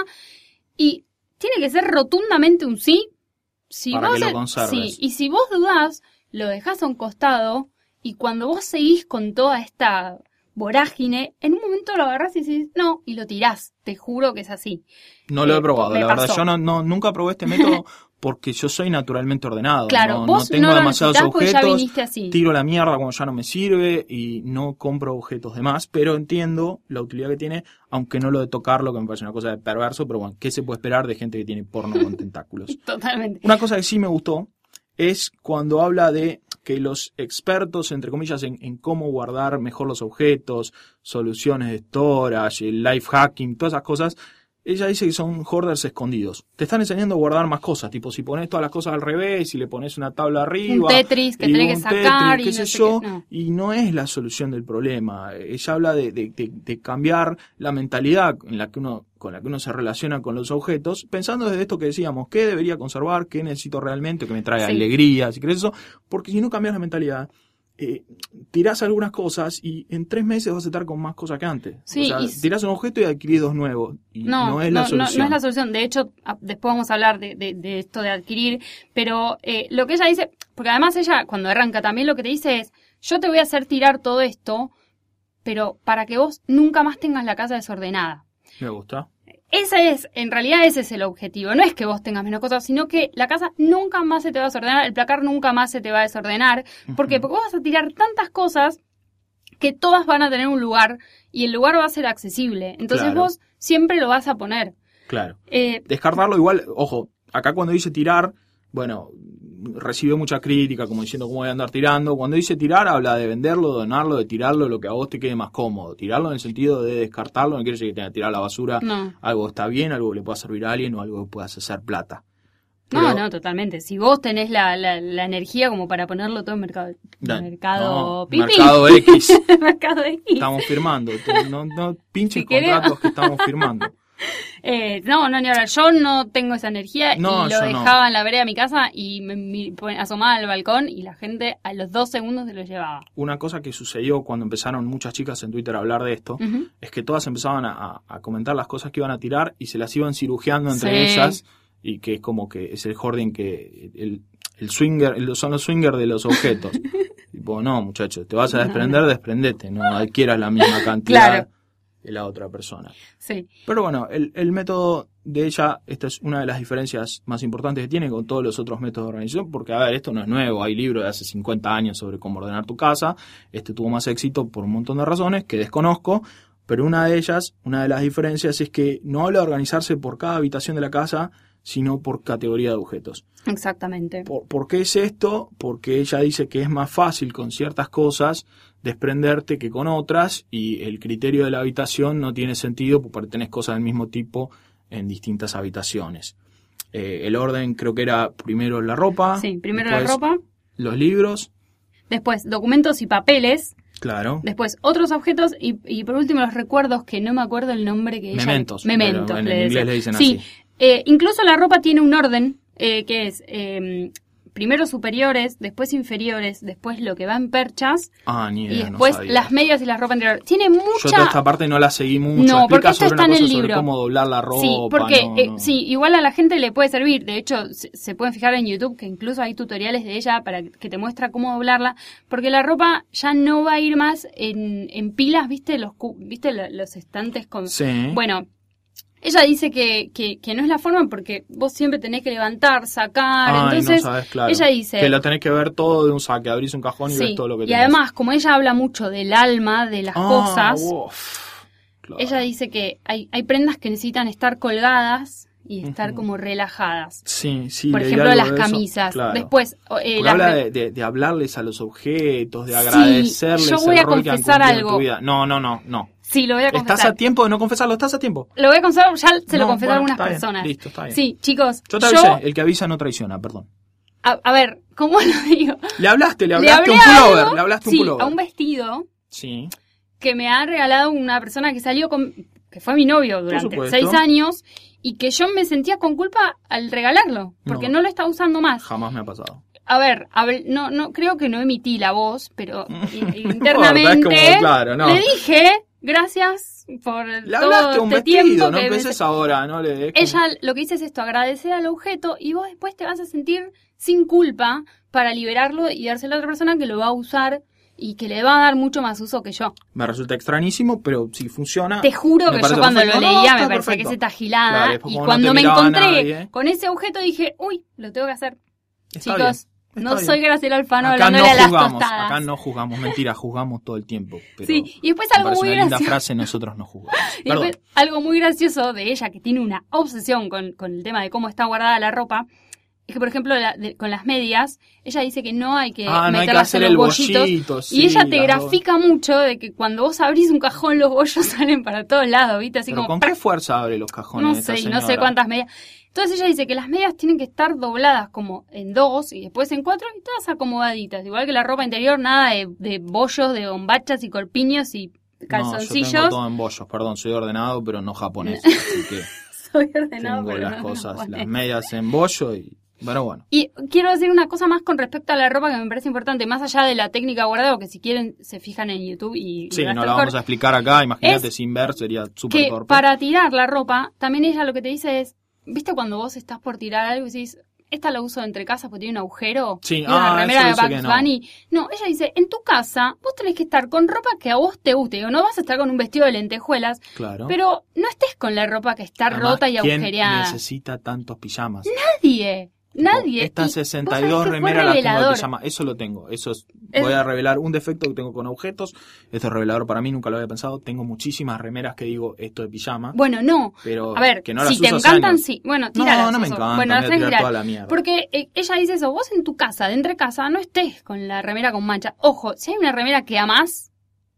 y tiene que ser rotundamente un sí. Si Para vos que lo de- conserves. Sí, y si vos dudás, lo dejás a un costado y cuando vos seguís con toda esta vorágine, en un momento lo agarrás y decís, no, y lo tirás. Te juro que es así. No lo Eh, he probado, me la verdad. pasó. Yo no, no, nunca probé este método porque yo soy naturalmente ordenado. Claro, no, vos no tengo no lo demasiados necesitás porque ya objetos. viniste así. Tiro la mierda cuando ya no me sirve y no compro objetos de más, pero entiendo la utilidad que tiene, aunque no lo de tocarlo, que me parece una cosa de perverso, pero bueno, ¿qué se puede esperar de gente que tiene porno con tentáculos? Totalmente. Una cosa que sí me gustó es cuando habla de que los expertos, entre comillas, en, en cómo guardar mejor los objetos, soluciones de storage, el life hacking, todas esas cosas, ella dice que son hoarders escondidos. Te están enseñando a guardar más cosas, tipo si pones todas las cosas al revés, si le pones una tabla arriba, Un Tetris que y tenés que un sacar Tetris, y qué sé no sé yo, qué, no. y no es la solución del problema. Ella habla de, de, de, de cambiar la mentalidad en la que uno, con la que uno se relaciona con los objetos, pensando desde esto que decíamos, ¿qué debería conservar? ¿Qué necesito realmente? Que me trae Sí. alegría, si crees eso, porque si no cambias la mentalidad, eh, tirás algunas cosas y en tres meses vas a estar con más cosas que antes. Sí, o sea, y- tirás un objeto y adquirís dos nuevos. Y no, No, es no, la no, solución. no es la solución. De hecho, a- después vamos a hablar de, de, de esto de adquirir, pero eh, lo que ella dice, porque además ella cuando arranca también lo que te dice es, yo te voy a hacer tirar todo esto, pero para que vos nunca más tengas la casa desordenada. Me gusta. Ese es, en realidad ese es el objetivo. No es que vos tengas menos cosas, sino que la casa nunca más se te va a desordenar, el placar nunca más se te va a desordenar. ¿Por qué? Porque vos vas a tirar tantas cosas que todas van a tener un lugar y el lugar va a ser accesible. Entonces Claro. vos siempre lo vas a poner. Claro. Eh, Descartarlo igual, ojo, acá cuando dice tirar, bueno, recibe mucha crítica como diciendo cómo voy a andar tirando. Cuando dice tirar habla de venderlo, donarlo, de tirarlo, lo que a vos te quede más cómodo. Tirarlo en el sentido de descartarlo, no quiere decir que tenga que tirar a la basura. no. Algo está bien, algo que le pueda servir a alguien o algo que puedas hacer plata. No, Pero- no, totalmente. Si vos tenés la, la, la energía como para ponerlo todo en mercado, Da- mercado no, pipí. Mercado X. Mercado X. Estamos firmando. No, no pinches Si querés- contratos que estamos firmando. Eh, no, no, ni hablar. Yo no tengo esa energía No, y lo yo no. dejaba en la vereda de mi casa y me, me asomaba al balcón y la gente a los dos segundos se lo llevaba. Una cosa que sucedió cuando empezaron muchas chicas en Twitter a hablar de esto, Ujú. es que todas empezaban a, a- a comentar las cosas que iban a tirar y se las iban cirugiando entre Sí. ellas, y que es como que es el hoarding que el, el swinger, el- son los swingers de los objetos. Tipo, no, muchachos, te vas a No, desprender, desprendete, no adquieras la misma cantidad Claro. de la otra persona. Sí. Pero bueno, el, el método de ella, esta es una de las diferencias más importantes que tiene con todos los otros métodos de organización, porque, a ver, esto no es nuevo, hay libros de hace cincuenta años sobre cómo ordenar tu casa, este tuvo más éxito por un montón de razones que desconozco, pero una de ellas, una de las diferencias es que no habla de organizarse por cada habitación de la casa, sino por categoría de objetos. Exactamente. ¿Por, ¿Por qué es esto? Porque ella dice que es más fácil con ciertas cosas desprenderte que con otras, y el criterio de la habitación no tiene sentido porque tenés cosas del mismo tipo en distintas habitaciones. Eh, el orden creo que era primero la ropa, Sí, primero después la ropa, los libros, después documentos y papeles, claro, después otros objetos y, y por último los recuerdos que no me acuerdo el nombre que ella... Mementos, Mementos. pero en le inglés decía. le dicen sí, así. eh, incluso la ropa tiene un orden eh, que es... eh, primero superiores, después inferiores, después lo que va en perchas, Ah, ni idea, y después no sabía. las medias y la ropa interior. Tiene mucha... Yo toda esta parte no la seguí mucho. No, Explica porque esto sobre está una en el cosa sobre libro. cómo doblar la ropa. Sí, porque no, eh, no. sí, igual a la gente le puede servir. De hecho, se, se pueden fijar en YouTube que incluso hay tutoriales de ella para que te muestra cómo doblarla, porque la ropa ya no va a ir más en, en pilas, ¿viste? Los cu- ¿viste lo- los estantes con... Sí. Bueno, ella dice que, que, que no es la forma porque vos siempre tenés que levantar, sacar, Ay, entonces no sabes, claro. ella dice... Que lo tenés que ver todo de un saque, abrís un cajón y Sí, ves todo lo que y tenés. además, como ella habla mucho del alma, de las Ah, cosas, uf, claro. ella dice que hay, hay prendas que necesitan estar colgadas y estar Ujú. como relajadas. Sí, sí. Por leí ejemplo, algo las de eso. camisas. Claro. Después, eh, Porque las habla re- de, de, de hablarles a los objetos, de Sí, agradecerles yo voy el a rol que han confesar cumplido en algo. tu vida. No, no, no, no. Sí, lo voy a ¿Estás confesar. a tiempo de no confesarlo? ¿Estás a tiempo? Lo voy a confesar, ya se lo No, confesé a bueno, algunas está bien. personas. Listo, está bien. Sí, chicos, Yo te yo, avisé, el que avisa no traiciona, perdón. a, a ver, ¿cómo lo digo? Le hablaste, le Le hablaste hablé un pullover, algo, le hablaste sí, un pullover. a un vestido Sí. que me ha regalado una persona que salió con, que fue mi novio durante supuesto. seis años y que yo me sentía con culpa al regalarlo, porque no, No. lo estaba usando más. Jamás me ha pasado. A ver, a ver, no, no, creo que no emití la voz, pero No i- importa, internamente es como, claro, no. le dije, gracias por Le todo hablaste un este vestido, tiempo no que empeces ahora, no le des como- ella lo que dice es esto, agradecer al objeto y vos después te vas a sentir sin culpa para liberarlo y dárselo a otra persona que lo va a usar y que le va a dar mucho más uso que yo. Me resulta extrañísimo, pero si funciona... Te juro me que yo parece cuando perfecto. lo No, leía está me parecía que perfecto. es esta gilada Claro, después y como no cuando te me miraba encontré nadie. con ese objeto dije, uy, lo tengo que hacer. Está Chicos, bien, no está soy bien. Graciela Alfano Acá no hablándole a las juzgamos, tostadas. acá no juzgamos, mentira, juzgamos todo el tiempo. Pero Sí, y después me algo parece muy una linda gracioso. frase, nosotros no juzgamos. Y Perdón. después, algo muy gracioso de ella, que tiene una obsesión con, con el tema de cómo está guardada la ropa, es que, por ejemplo, la- de- con las medias, ella dice que no hay que Ah, no hay que meterlas hacer en el los bollitos. bollito, sí, y ella te las grafica mucho de que cuando vos abrís un cajón, los bollos salen para todos lados, ¿viste? Así Pero como... ¿con qué fuerza abre los cajones No esta sé, y no sé señora? cuántas medias. Entonces ella dice que las medias tienen que estar dobladas como en dos y después en cuatro y todas acomodaditas. Igual que la ropa interior, nada de, de bollos, de bombachas y corpiños y No, yo calzoncillos. tengo todo en bollos, perdón, soy ordenado, pero no japonés, así que Soy ordenado, tengo pero las no cosas, japonés. las medias en bollo y... Pero bueno. Y quiero decir una cosa más con respecto a la ropa que me parece importante, más allá de la técnica guardado, que si quieren se fijan en YouTube y... y Sí, va a no estar la mejor, vamos a explicar acá, imagínate Es sin ver, sería súper que torpe. para tirar la ropa, también ella lo que te dice es, ¿viste cuando vos estás por tirar algo y decís, esta la uso entre casas porque tiene un agujero? Sí, Y una ah, remera eso de dice Bugs que no. Bunny. No, ella dice, en tu casa vos tenés que estar con ropa que a vos te guste. Digo, no vas a estar con un vestido de lentejuelas, Claro. pero no estés con la ropa que está Además, rota y ¿quién agujereada. necesita tantos pijamas? Nadie. Nadie. Estas Y sesenta y vos dos sabés que fue remeras las tengo de revelador. pijama. Eso lo tengo. Eso es, Es- voy a revelar un defecto que tengo con objetos. Esto es revelador para mí, nunca lo había pensado. Tengo muchísimas remeras que digo esto de pijama. Bueno, no. Pero A ver, que no las si te uso hace encantan, años. sí. Bueno, No, tíralas. no me oso. encantan, Bueno, voy las a tenés que tirar tirar. toda la mierda. Porque eh, ella dice eso, vos en tu casa, de entre casa, no estés con la remera con mancha. Ojo, si hay una remera que amás,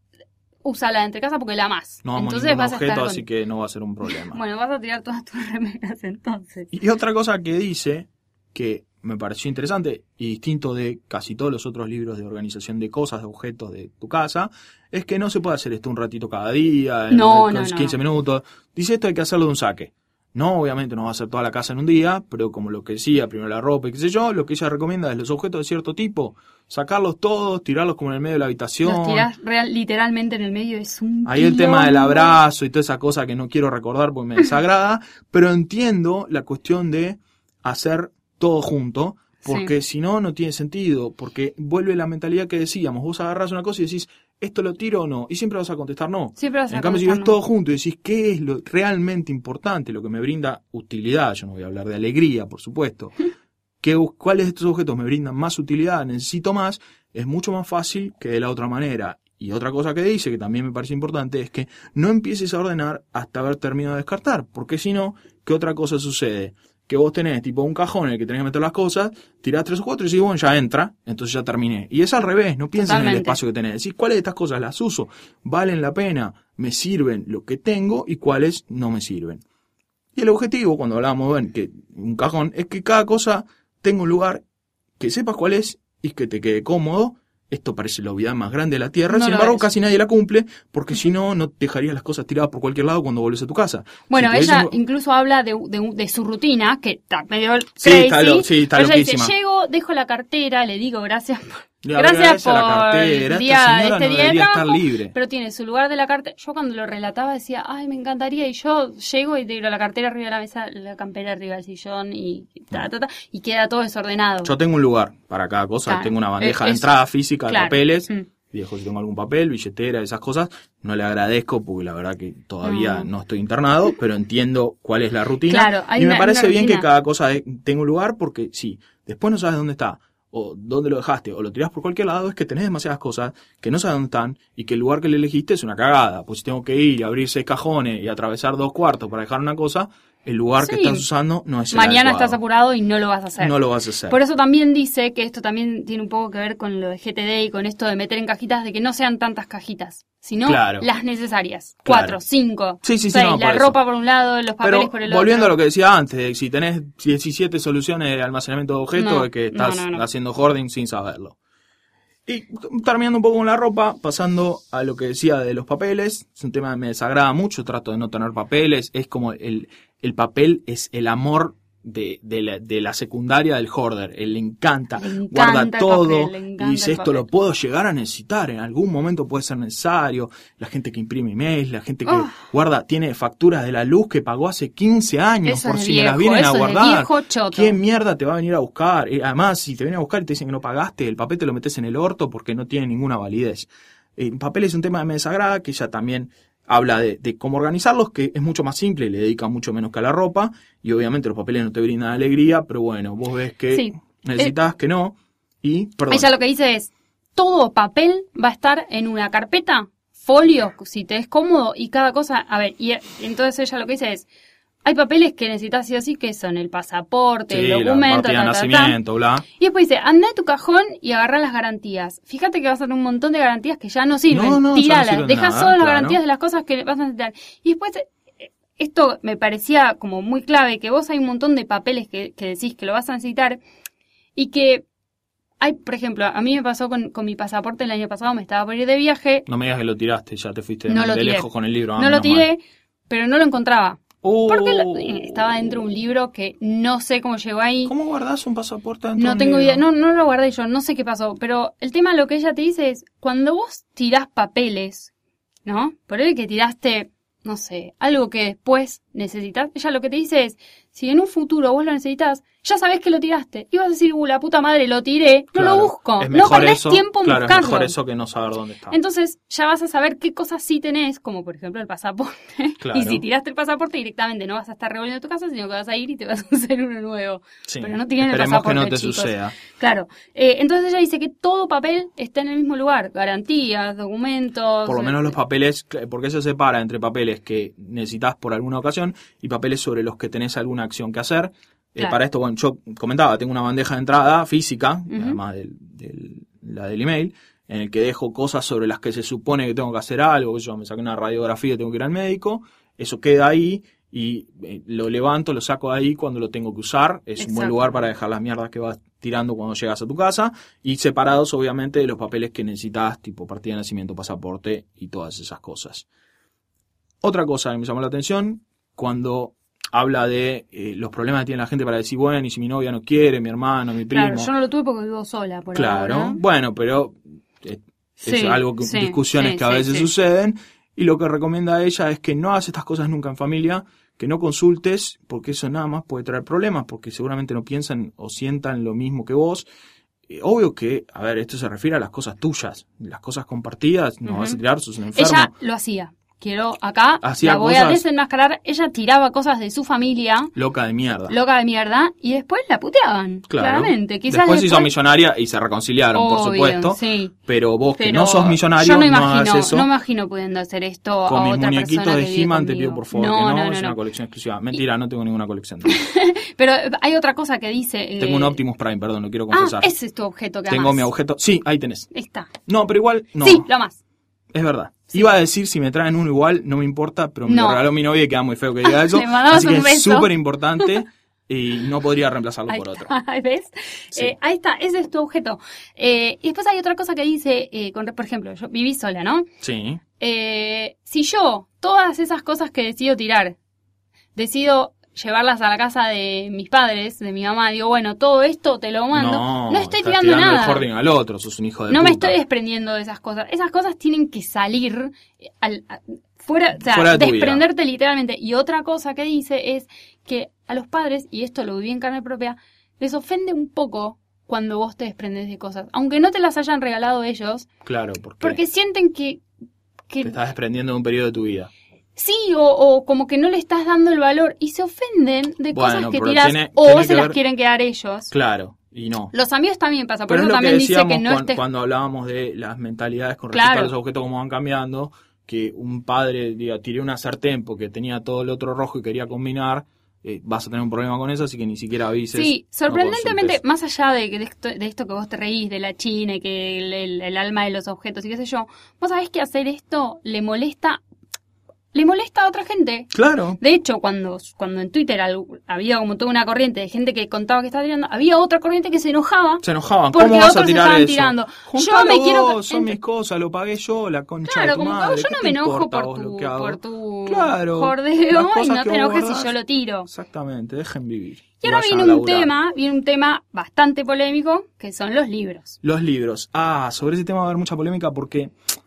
úsala de entre casa porque la amás. No amo entonces ningún vas a objeto, estar con... así que no va a ser un problema. Bueno, vas a tirar todas tus remeras entonces. Y otra cosa que dice, que me pareció interesante y distinto de casi todos los otros libros de organización de cosas, de objetos de tu casa, es que no se puede hacer esto un ratito cada día, en No, con no, no, quince no. minutos. Dice esto hay que hacerlo de un saque. No, obviamente no va a hacer toda la casa en un día, pero como lo que decía, primero la ropa y qué sé yo, lo que ella recomienda es los objetos de cierto tipo, sacarlos todos, tirarlos como en el medio de la habitación. Los tirás real, literalmente en el medio, es un Ahí el tema del quilombo. abrazo y toda esa cosa que no quiero recordar porque me desagrada, pero entiendo la cuestión de hacer todo junto, porque si no, no tiene sentido, porque vuelve la mentalidad que decíamos, vos agarrás una cosa y decís, ¿esto lo tiro o no? Y siempre vas a contestar no. Siempre vas a En cambio, si contestar ves no. todo junto y decís, ¿qué es lo realmente importante, lo que me brinda utilidad? Yo no voy a hablar de alegría, por supuesto. ¿Qué, ¿Cuáles de estos objetos me brindan más utilidad? Necesito más. Es mucho más fácil que de la otra manera. Y otra cosa que dice, que también me parece importante, es que no empieces a ordenar hasta haber terminado de descartar. Porque si no, ¿qué otra cosa sucede? Que vos tenés tipo un cajón en el que tenés que meter las cosas, tirás tres o cuatro y decís, bueno, ya entra, entonces ya terminé. Y es al revés, no pienses en el Totalmente. espacio que tenés. Decís, ¿cuáles de estas cosas las uso? ¿Valen la pena? ¿Me sirven lo que tengo? ¿Y cuáles no me sirven? Y el objetivo, cuando hablamos de que un cajón, es que cada cosa tenga un lugar que sepas cuál es y que te quede cómodo esto parece la obviedad más grande de la Tierra, No sin lo embargo es. casi nadie la cumple, porque si no, no dejarías las cosas tiradas por cualquier lado cuando volvés a tu casa. Bueno, Si te ella dicen- incluso habla de, de, de su rutina, que está medio Sí, crazy. está lo- sí, está pero ella dice, loquísima. llego, dejo la cartera, le digo gracias por... Le Gracias agradece a por la cartera, el esta día, señora este no día de debería estar trabajo, libre. pero tiene su lugar de la cartera. Yo cuando lo relataba decía, ay, me encantaría, y yo llego y tiro la cartera arriba de la mesa, la campera arriba del sillón y ta, ta, ta, y queda todo desordenado. Yo tengo un lugar para cada cosa, Claro. tengo una bandeja Eh, de eso. entrada física de Claro. papeles, Mm. y dejo si tengo algún papel, billetera, esas cosas. No le agradezco porque la verdad que todavía No. no estoy internado, pero entiendo cuál es la rutina. Claro, hay y me una- parece una bien que rutina. cada cosa de- tenga un lugar, porque si después no sabes dónde está, o dónde lo dejaste, o lo tirás por cualquier lado, es que tenés demasiadas cosas que no sabes dónde están, y que el lugar que le elegiste es una cagada. Pues si tengo que ir y abrir seis cajones y atravesar dos cuartos para dejar una cosa, el lugar que Sí. estás usando no es el Mañana adecuado. estás apurado y no lo vas a hacer. No lo vas a hacer. Por eso también dice que esto también tiene un poco que ver con lo de G T D y con esto de meter en cajitas, de que no sean tantas cajitas, sino Claro. las necesarias. Claro. Cuatro, cinco, Sí, sí, sí, seis, no, la por eso. ropa por un lado, los papeles Pero por el otro. volviendo a lo que decía antes, de si tenés diecisiete soluciones de almacenamiento de objetos, No, es que no, estás no, no. haciendo hoarding sin saberlo. Y terminando un poco con la ropa, pasando a lo que decía de los papeles, es un tema que me desagrada mucho, trato de no tener papeles, es como el, el papel es el amor de, de, la, de la secundaria del hoarder, él le encanta, Le encanta guarda el todo papel, le encanta y dice el esto lo papel". puedo llegar a necesitar, en algún momento puede ser necesario, la gente que imprime emails, la gente que Oh. guarda, tiene facturas de la luz que pagó hace quince años Eso por es si me las viejo, vienen a eso es guardar. viejo choto. ¿Quién mierda te va a venir a buscar? Y además, si te vienen a buscar y te dicen que no pagaste, el papel te lo metes en el orto porque no tiene ninguna validez. El papel es un tema que me desagrada, que ella también habla de, de cómo organizarlos, que es mucho más simple y le dedica mucho menos que a la ropa. Y obviamente los papeles no te brindan alegría, pero bueno, vos ves que Sí. necesitas que no. Y, perdón. Ella lo que dice es, todo papel va a estar en una carpeta, folio, si te es cómodo, y cada cosa, a ver, y entonces ella lo que dice es, hay papeles que necesitas sí o sí, que son el pasaporte, Sí, el la documento, partida de ta, ta, ta. nacimiento, bla. Y después dice, anda a tu cajón y agarra las garantías. Fíjate que vas a tener un montón de garantías que ya no sirven. No, no, ya no Tíralas, sirven deja nada, solo las claro. garantías de las cosas que vas a necesitar. Y después, eh, esto me parecía como muy clave, que vos hay un montón de papeles que, que decís que lo vas a necesitar y que hay, por ejemplo, a mí me pasó con, con mi pasaporte el año pasado, me estaba por ir de viaje, No me digas que lo tiraste, ya te fuiste No lo de tiré. lejos con el libro. ah, no lo menos mal. tiré, pero no lo encontraba. Oh. Porque lo- estaba dentro de un libro que no sé cómo llegó ahí. ¿Cómo guardás un pasaporte dentro de No un tengo libro? idea, no, no lo guardé yo, no sé qué pasó, pero el tema lo que ella te dice es, cuando vos tirás papeles, ¿no? Por el que tiraste, no sé, algo que después necesitas, ella lo que te dice es, si en un futuro vos lo necesitas, ya sabés que lo tiraste. Y vas a decir, uh, la puta madre, lo tiré, no Claro, lo busco, es no mejor perdés eso, tiempo en claro, buscarlo. es mejor eso que no saber dónde está. Entonces ya vas a saber qué cosas sí tenés, como por ejemplo el pasaporte. Claro. Y si tiraste el pasaporte directamente no vas a estar revolviendo tu casa, sino que vas a ir y te vas a hacer uno nuevo. Sí, Pero no tienen el esperemos pasaporte, que no te chicos. suceda. Claro. Eh, entonces ella dice que todo papel está en el mismo lugar. Garantías, documentos. Por lo menos eh, los papeles, porque se separa entre papeles que necesitas por alguna ocasión y papeles sobre los que tenés alguna acción que hacer. Eh, Claro. para esto, bueno, yo comentaba, tengo una bandeja de entrada física, Ujú. además del, del- la del email, en el que dejo cosas sobre las que se supone que tengo que hacer algo, que yo me saqué una radiografía y tengo que ir al médico, eso queda ahí y eh, lo levanto, lo saco de ahí cuando lo tengo que usar, es un buen Exacto. lugar para dejar las mierdas que vas tirando cuando llegas a tu casa, y separados obviamente de los papeles que necesitas, tipo partida de nacimiento, pasaporte y todas esas cosas. Otra cosa que me llamó la atención, cuando habla de eh, los problemas que tiene la gente para decir, bueno, y si mi novia no quiere, mi hermano, mi primo. Claro, yo no lo tuve porque vivo sola por Claro, ahora. bueno, pero eh, es Sí, algo que sí, discusiones sí, que a sí, veces sí. suceden, y lo que recomienda ella es que no hagas estas cosas nunca en familia, que no consultes, porque eso nada más puede traer problemas, porque seguramente no piensan o sientan lo mismo que vos. Eh, obvio que, a ver, esto se refiere a las cosas tuyas, las cosas compartidas, no Ujú. vas a tirar, sos un enfermo. Ella lo hacía. Quiero acá, Hacía la voy a cosas- desenmascarar. Ella tiraba cosas de su familia, Loca de mierda. loca de mierda, y después la puteaban. Claro. Claramente. Quizás después se hizo después- millonaria y se reconciliaron, por Obvio, supuesto. sí. Pero vos que Pero no sos millonario, yo no no imagino, hagas eso. no imagino pudiendo hacer esto Con a mis otra muñequitos persona de que vive He-Man te conmigo. pido por favor no, que no, no, no, es no. una colección exclusiva. Mentira, no tengo ninguna colección. de Pero hay otra cosa que dice. eh, Tengo un Optimus Prime, perdón, lo quiero Ah, confesar. ese es tu objeto que Tengo amás. mi objeto. Sí, ahí tenés. Está. No, pero igual, no. Sí, lo más. Es verdad. Sí. Iba a decir si me traen uno igual, no me importa, pero me No. lo regaló mi novia y queda muy feo que diga eso. Le mandamos Así que un es beso. súper importante y no podría reemplazarlo ahí por está, otro. ¿ves? Sí. Eh, ahí está, ese es tu objeto. Eh, y después hay otra cosa que dice, eh, con, por ejemplo, yo viví sola, ¿no? Sí. Eh, si yo, todas esas cosas que decido tirar, decido llevarlas a la casa de mis padres, de mi mamá, digo, bueno, todo esto te lo mando, no, no estoy estás tirando, tirando nada. el hoarding al otro, sos un hijo de no puta. me estoy desprendiendo de esas cosas. Esas cosas tienen que salir al, a, fuera, o sea, Fuera de tu desprenderte literalmente. Y otra cosa que dice es que a los padres, y esto lo viví en carne propia, les ofende un poco cuando vos te desprendes de cosas, aunque no te las hayan regalado ellos, Claro, porque, porque sienten que, que te estás desprendiendo de un periodo de tu vida. sí, o, o como que no le estás dando el valor y se ofenden de Bueno, cosas que pero tirás tiene- o tiene se que las ver- quieren quedar ellos. Claro, y no. Los amigos también pasa, por Pero es eso lo que también dice decíamos que no cuan- estés... cuando hablábamos de las mentalidades con respecto Claro. a los objetos, cómo van cambiando, que un padre diga, tiré una sartén porque tenía todo el otro rojo y quería combinar, eh, vas a tener un problema con eso, así que ni siquiera avises. Sí, sorprendentemente, no consultes. más allá de, que de, esto, de esto que vos te reís, de la China y que el, el, el alma de los objetos y qué sé yo, vos sabés que hacer esto le molesta, le molesta a otra gente. Claro. De hecho, cuando, cuando en Twitter al- había como toda una corriente de gente que contaba que estaba tirando, había otra corriente que se enojaba. Se enojaban. Porque ¿Cómo vas a otros tirar estaban eso? tirando. Juntalo Yo me quiero- vos, son mis cosas, lo pagué yo, la concha Claro, de tu como que madre. yo ¿qué no te me enojo importa por vos lo tu, que hago? por tu Claro, las jordeo y cosas no que te vos enojes guardás. si yo lo tiro. Exactamente, dejen vivir. Y ahora vayan viene a un laburar. tema, viene un tema bastante polémico, que son los libros. Los libros. Ah, sobre ese tema va a haber mucha polémica porque,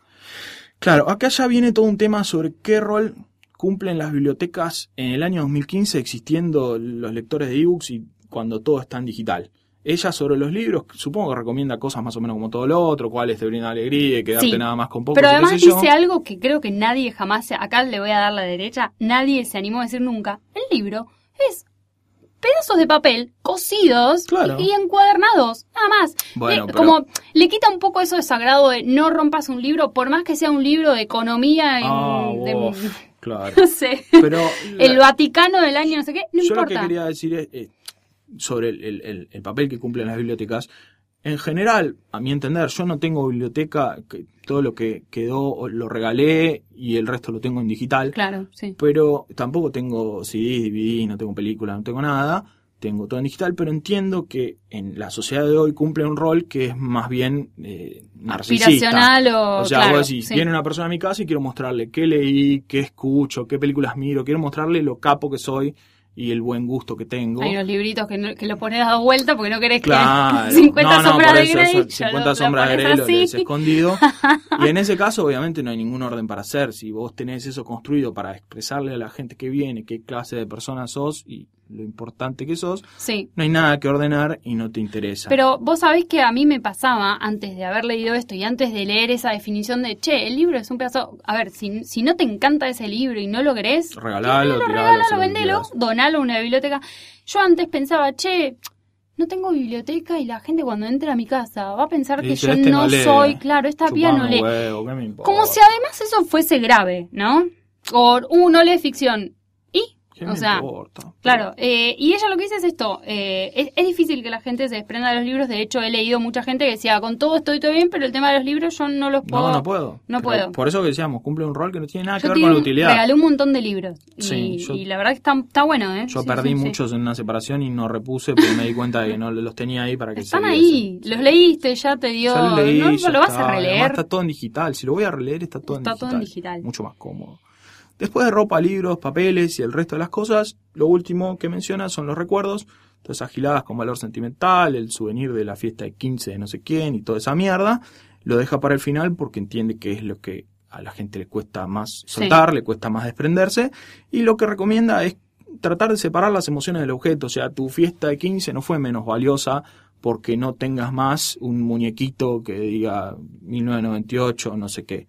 claro, acá ya viene todo un tema sobre qué rol cumplen las bibliotecas en el año dos mil quince existiendo los lectores de ebooks y cuando todo está en digital. Ella sobre los libros, supongo que recomienda cosas más o menos como todo lo otro, cuáles te brindan alegría y quedarte Sí, nada más con poco. Pero y qué además sé yo. dice algo que creo que nadie jamás, se- acá le voy a dar la derecha, nadie se animó a decir nunca. El libro es pedazos de papel cosidos Claro. y, y encuadernados, nada más. Bueno, Le- pero- Como le quita un poco eso de sagrado de no rompas un libro, por más que sea un libro de economía, en- Ah, de- uf, claro. no sé, Pero el la- Vaticano del año no sé qué, no yo lo importa. que quería decir es, eh, sobre el, el- el- el papel que cumplen las bibliotecas. En general, a mi entender, yo no tengo biblioteca, que todo lo que quedó lo regalé y el resto lo tengo en digital. Claro, sí. Pero tampoco tengo C Ds, D V Ds, no tengo películas, no tengo nada. Tengo todo en digital, pero entiendo que en la sociedad de hoy cumple un rol que es más bien eh, narcisista. Aspiracional o... O sea, claro, vos decís, sí. viene una persona a mi casa y quiero mostrarle qué leí, qué escucho, qué películas miro, quiero mostrarle lo capo que soy y el buen gusto que tengo. Hay unos libritos que, no, que lo pones dado vuelta porque no querés Claro. que cincuenta no, no, sombras por de eso, Grey. eso, yo cincuenta lo- lo sombras de pones Grey lo así. lees escondido. Y en ese caso, obviamente, no hay ningún orden para hacer. Si vos tenés eso construido para expresarle a la gente que viene qué clase de persona sos y lo importante que sos, Sí. no hay nada que ordenar y no te interesa. Pero vos sabés que a mí me pasaba, antes de haber leído esto y antes de leer esa definición de, che, el libro es un pedazo... A ver, si, si no te encanta ese libro y no lo querés, Regalalo, lo tiralo, regalalo, hacelo lo que vendelo, quieras. donalo a una biblioteca. Yo antes pensaba, che, no tengo biblioteca y la gente cuando entre a mi casa va a pensar Y que dice, yo "Este no, no lee, soy, claro, esta piba no Chupame lee. huevo, ¿qué me importa?". Como si además eso fuese grave, ¿no? O, uh, no lee ficción. ¿Y? ¿Qué O me sea, importa? claro, eh, y ella lo que dice es esto, eh, es, es difícil que la gente se desprenda de los libros, de hecho he leído mucha gente que decía, con todo estoy todo bien, pero el tema de los libros yo no los puedo... No, no puedo. No Pero puedo. Por eso que decíamos, cumple un rol que no tiene nada que Yo ver con la tiré- utilidad. regalé un montón de libros y, Sí, yo- y la verdad que está, está bueno, ¿eh? Yo Sí, perdí sí, sí. muchos en una separación y no repuse porque me di cuenta de que no los tenía ahí para que Están se ahí, viesen. los leíste, ya te dio... Ya lo leí, no, ya no lo vas está. a releer. Además está todo en digital. Si lo voy a releer, está todo, Está en, todo digital. en digital. Mucho más cómodo. Después de ropa, libros, papeles y el resto de las cosas, lo último que menciona son los recuerdos. Todas esas giladas con valor sentimental, el souvenir de la fiesta de quince de no sé quién y toda esa mierda. Lo deja para el final porque entiende que es lo que a la gente le cuesta más soltar, le cuesta más desprenderse. Y lo que recomienda es tratar de separar las emociones del objeto. O sea, tu fiesta de quince no fue menos valiosa porque no tengas más un muñequito que diga mil novecientos noventa y ocho, no sé qué.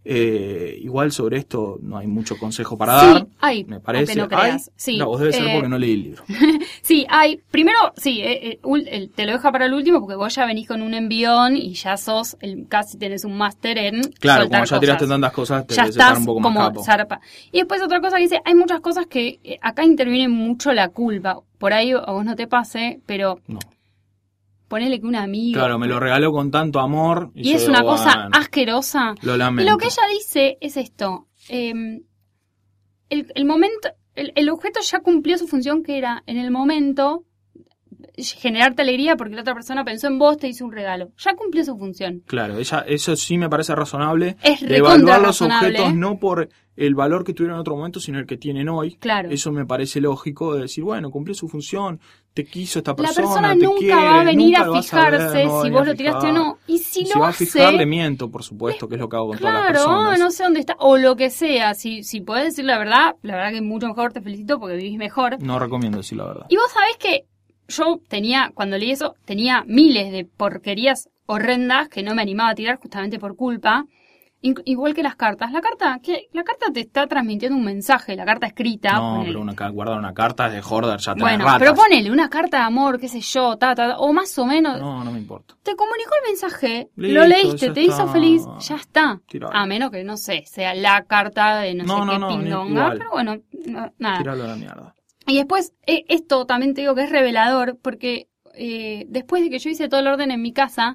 Eh, igual sobre esto no hay mucho consejo para Sí, dar, hay, me parece. aunque no creas. ¿Hay? Sí, No, vos debe ser eh, porque no leí el libro. Sí, hay. Primero, sí, eh, eh, ul- el- te lo deja para el último porque vos ya venís con un envión y ya sos, el, casi tenés un máster en Claro, soltar como ya tiraste cosas. tantas cosas, te Ya debes estar estás un poco más como capo. zarpa. Y después otra cosa que dice, hay muchas cosas que eh, acá interviene mucho la culpa. Por ahí a vos no te pase, pero No. ponele que un amigo... Claro, me lo regaló con tanto amor. Y, Y yo es digo, una cosa bueno, asquerosa. lo Y lamento. lo que ella dice es esto. eh, el, el momento... el, el objeto ya cumplió su función, que era en el momento generarte alegría porque la otra persona pensó en vos, te hizo un regalo. Ya cumplió su función. Claro, ella, eso sí me parece razonable. Es de evaluar los razonable. objetos no por el valor que tuvieron en otro momento, sino el que tienen hoy. Claro. Eso me parece lógico, de decir, bueno, cumplió su función, te quiso esta persona, la persona te nunca quiere, va a venir nunca a lo vas a ver, fijarse no va a si venir vos a lo tiraste fijar. o no. Y si, Y lo si va hace, a fijar, le miento, por supuesto, que es lo que hago con claro, todas las personas. no sé dónde está, o lo que sea. Si, si podés decir la verdad, la verdad que es mucho mejor, te felicito porque vivís mejor. No recomiendo decir la verdad. Y vos sabés que yo tenía, cuando leí eso, tenía miles de porquerías horrendas que no me animaba a tirar justamente por culpa. In- igual que las cartas. La carta, que la carta te está transmitiendo un mensaje, la carta escrita. No, ponele. pero una, ca- guardar una carta es de Hoarder, ya tenés Bueno, ratas. pero ponele una carta de amor, qué sé yo, ta, ta, ta, o más o menos. No, no me importa. Te comunicó el mensaje, Listo, lo leíste, ya te hizo está. feliz, ya está. Tiralo. A menos que, no sé, sea la carta de no, No, sé no, qué no, ni pindonga. igual. Pero bueno, no, nada. Tiralo a la mierda. Y después, eh, esto también te digo que es revelador, porque eh, después de que yo hice todo el orden en mi casa,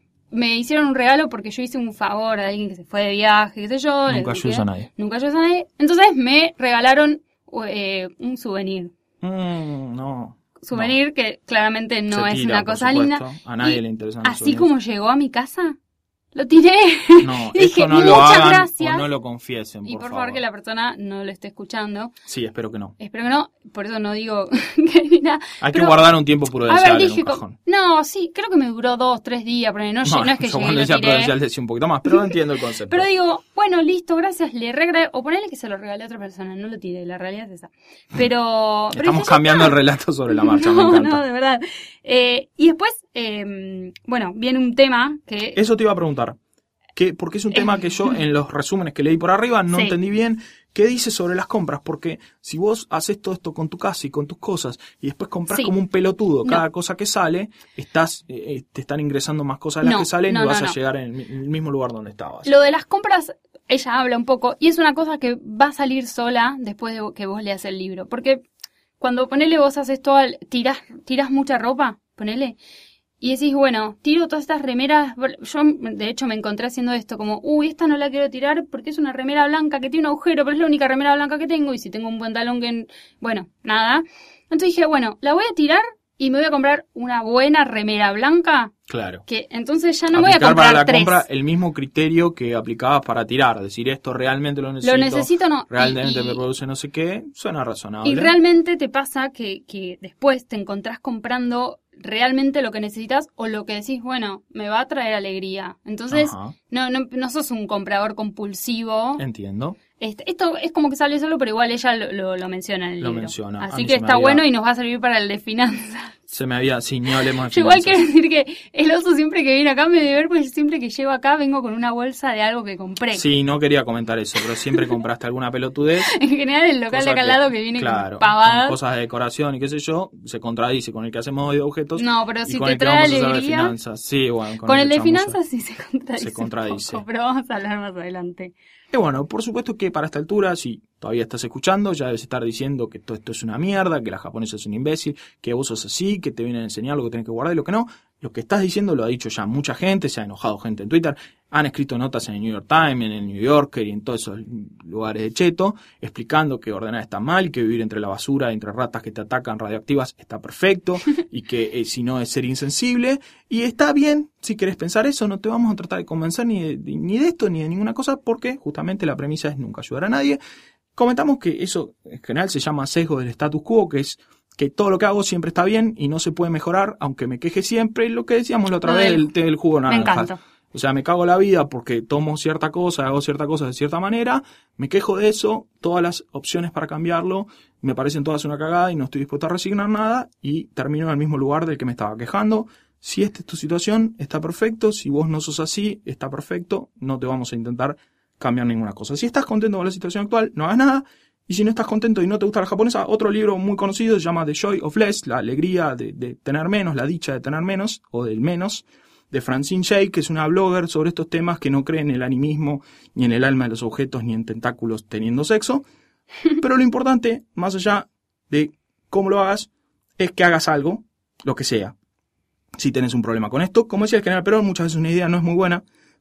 me hicieron un regalo porque yo hice un favor a alguien que se fue de viaje, qué sé yo. Nunca les- ayudas a nadie. Nunca ayudas a nadie. Entonces me regalaron eh, un souvenir. Mm, no. Souvenir que claramente no Se es tira, una por cosa supuesto. linda. A nadie Y le interesan los así souvenirs. como llegó a mi casa, lo tiré. No, Y dije, esto no lo muchas hagan gracias. o no lo confiesen, Y por, por favor que la persona no lo esté escuchando. Sí, espero que no. Espero que no, por eso no digo que mira. Hay que Pero, guardar un tiempo a prudencial ver, en dije, un co- cajón. no, sí, creo que me duró dos, tres días, pero no, No, no es que yo llegué y cuando lo decía tiré. prudencial decía un poquito más, pero entiendo el concepto. Pero digo, bueno, listo, gracias, le regalé, o ponele que se lo regalé a otra persona, no lo tiré, la realidad es esa. Pero... pero Estamos dije, ya cambiando está. el relato sobre la marcha, me No, encanta. no, de verdad. Eh, y después, eh, bueno, viene un tema que... Eso te iba a preguntar. Que, porque es un tema que yo en los resúmenes que leí por arriba no Sí. entendí bien. ¿Qué dice sobre las compras? Porque si vos haces todo esto con tu casa y con tus cosas y después compras Sí. como un pelotudo No. cada cosa que sale, estás eh, te están ingresando más cosas de las No, que salen no, y vas no, a no. llegar en el, mi- en el mismo lugar donde estabas. Lo de las compras, ella habla un poco, y es una cosa que va a salir sola después de que vos leas el libro. Porque cuando ponele vos haces todo, el- tirás, tirás mucha ropa, ponele, y decís, bueno, tiro todas estas remeras. Yo, de hecho, me encontré haciendo esto, como, uy, esta no la quiero tirar porque es una remera blanca que tiene un agujero, pero es la única remera blanca que tengo, y si tengo un pantalón que... Bueno, nada. Entonces dije, bueno, la voy a tirar y me voy a comprar una buena remera blanca, Claro. que entonces ya no me voy a Aplicar comprar para la tres. compra el mismo criterio que aplicabas para tirar. Decir, esto realmente lo necesito. Lo necesito, no. Realmente Y- y- me produce no sé qué. Suena razonable. Y realmente te pasa que, que después te encontrás comprando realmente lo que necesitas o lo que decís, bueno, me va a traer alegría. Entonces, Ajá. no, no, no sos un comprador compulsivo. Entiendo. Este, esto es como que sale solo, pero igual ella lo, lo, lo menciona en el Lo libro. menciona. A Así mí que se me está había- bueno y nos va a servir para el de finanzas. Se me había... Sí, ni hablemos de Yo igual finanzas. quiero decir que el oso siempre que viene acá me debe ver, porque siempre que llego acá vengo con una bolsa de algo que compré. Sí, no quería comentar eso, pero siempre compraste alguna pelotudez. En general el local cosa de acá al lado que viene claro, con pavadas. con cosas de decoración y qué sé yo, se contradice con el que hacemos hoy de objetos. No, pero y si con te el que trae vamos a hablar de alegría... finanzas. Sí, bueno, Con el de chamuyo. finanzas sí se contradice. Se contradice. un poco, pero vamos a hablar más adelante. Y bueno, por supuesto que para esta altura, si todavía estás escuchando, ya debes estar diciendo que todo esto es una mierda, que la japonesa es un imbécil, que vos sos así, que te vienen a enseñar lo que tenés que guardar y lo que no. Lo que estás diciendo lo ha dicho ya mucha gente, se ha enojado gente en Twitter, han escrito notas en el New York Times, en el New Yorker y en todos esos lugares de cheto, explicando que ordenar está mal, que vivir entre la basura, entre ratas que te atacan radioactivas está perfecto, y que eh, si no es ser insensible, y está bien si querés pensar eso, no te vamos a tratar de convencer ni de, ni de esto ni de ninguna cosa, porque justamente la premisa es nunca ayudar a nadie. Comentamos que eso en general se llama sesgo del status quo, que es que todo lo que hago siempre está bien y no se puede mejorar, aunque me queje siempre, lo que decíamos la otra Lo vez del- del té del jugo Me naranja. encanta. O sea, me cago la vida porque tomo cierta cosa, hago cierta cosa de cierta manera, me quejo de eso, todas las opciones para cambiarlo me parecen todas una cagada y no estoy dispuesto a resignar nada y termino en el mismo lugar del que me estaba quejando. Si esta es tu situación, está perfecto. Si vos no sos así, está perfecto. No te vamos a intentar cambiar ninguna cosa. Si estás contento con la situación actual, no hagas nada. Y si no estás contento y no te gusta la japonesa, otro libro muy conocido se llama The Joy of Less, la alegría de, de tener menos, la dicha de tener menos, o del menos, de Francine Shake, que es una blogger sobre estos temas que no cree en el animismo, ni en el alma de los objetos, ni en tentáculos teniendo sexo. Pero lo importante, más allá de cómo lo hagas, es que hagas algo, lo que sea. Si tenés un problema con esto, como decía el general Perón, muchas veces una idea no es muy buena,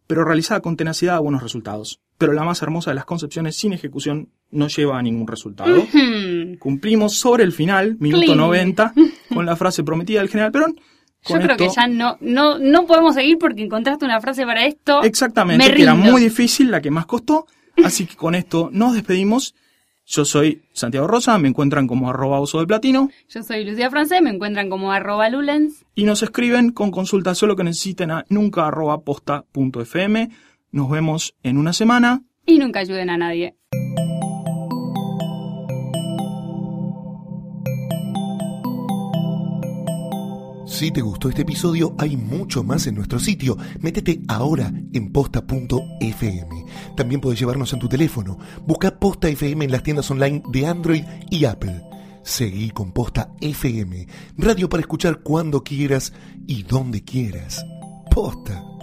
pero realizada con tenacidad da buenos resultados. Pero la más hermosa de las concepciones sin ejecución no lleva a ningún resultado. Mm-hmm. Cumplimos sobre el final, minuto Clean. noventa, con la frase prometida del general Perón. Con Yo creo esto, que ya no, no, no podemos seguir porque encontraste una frase para esto. Exactamente, Me que era rindo. muy difícil, la que más costó. Así que con esto nos despedimos. Yo soy Santiago Rosa, me encuentran como arroba oso de platino. Yo soy Lucía Francés, me encuentran como arroba lulens. Y nos escriben con consultas solo que necesiten a nunca arroba posta punto fm. Nos vemos en una semana. Y nunca ayuden a nadie. Si te gustó este episodio, hay mucho más en nuestro sitio. Métete ahora en posta punto f m. También podés llevarnos en tu teléfono. Busca Posta F M en las tiendas online de Android y Apple. Seguí con Posta F M, radio para escuchar cuando quieras y donde quieras. Posta.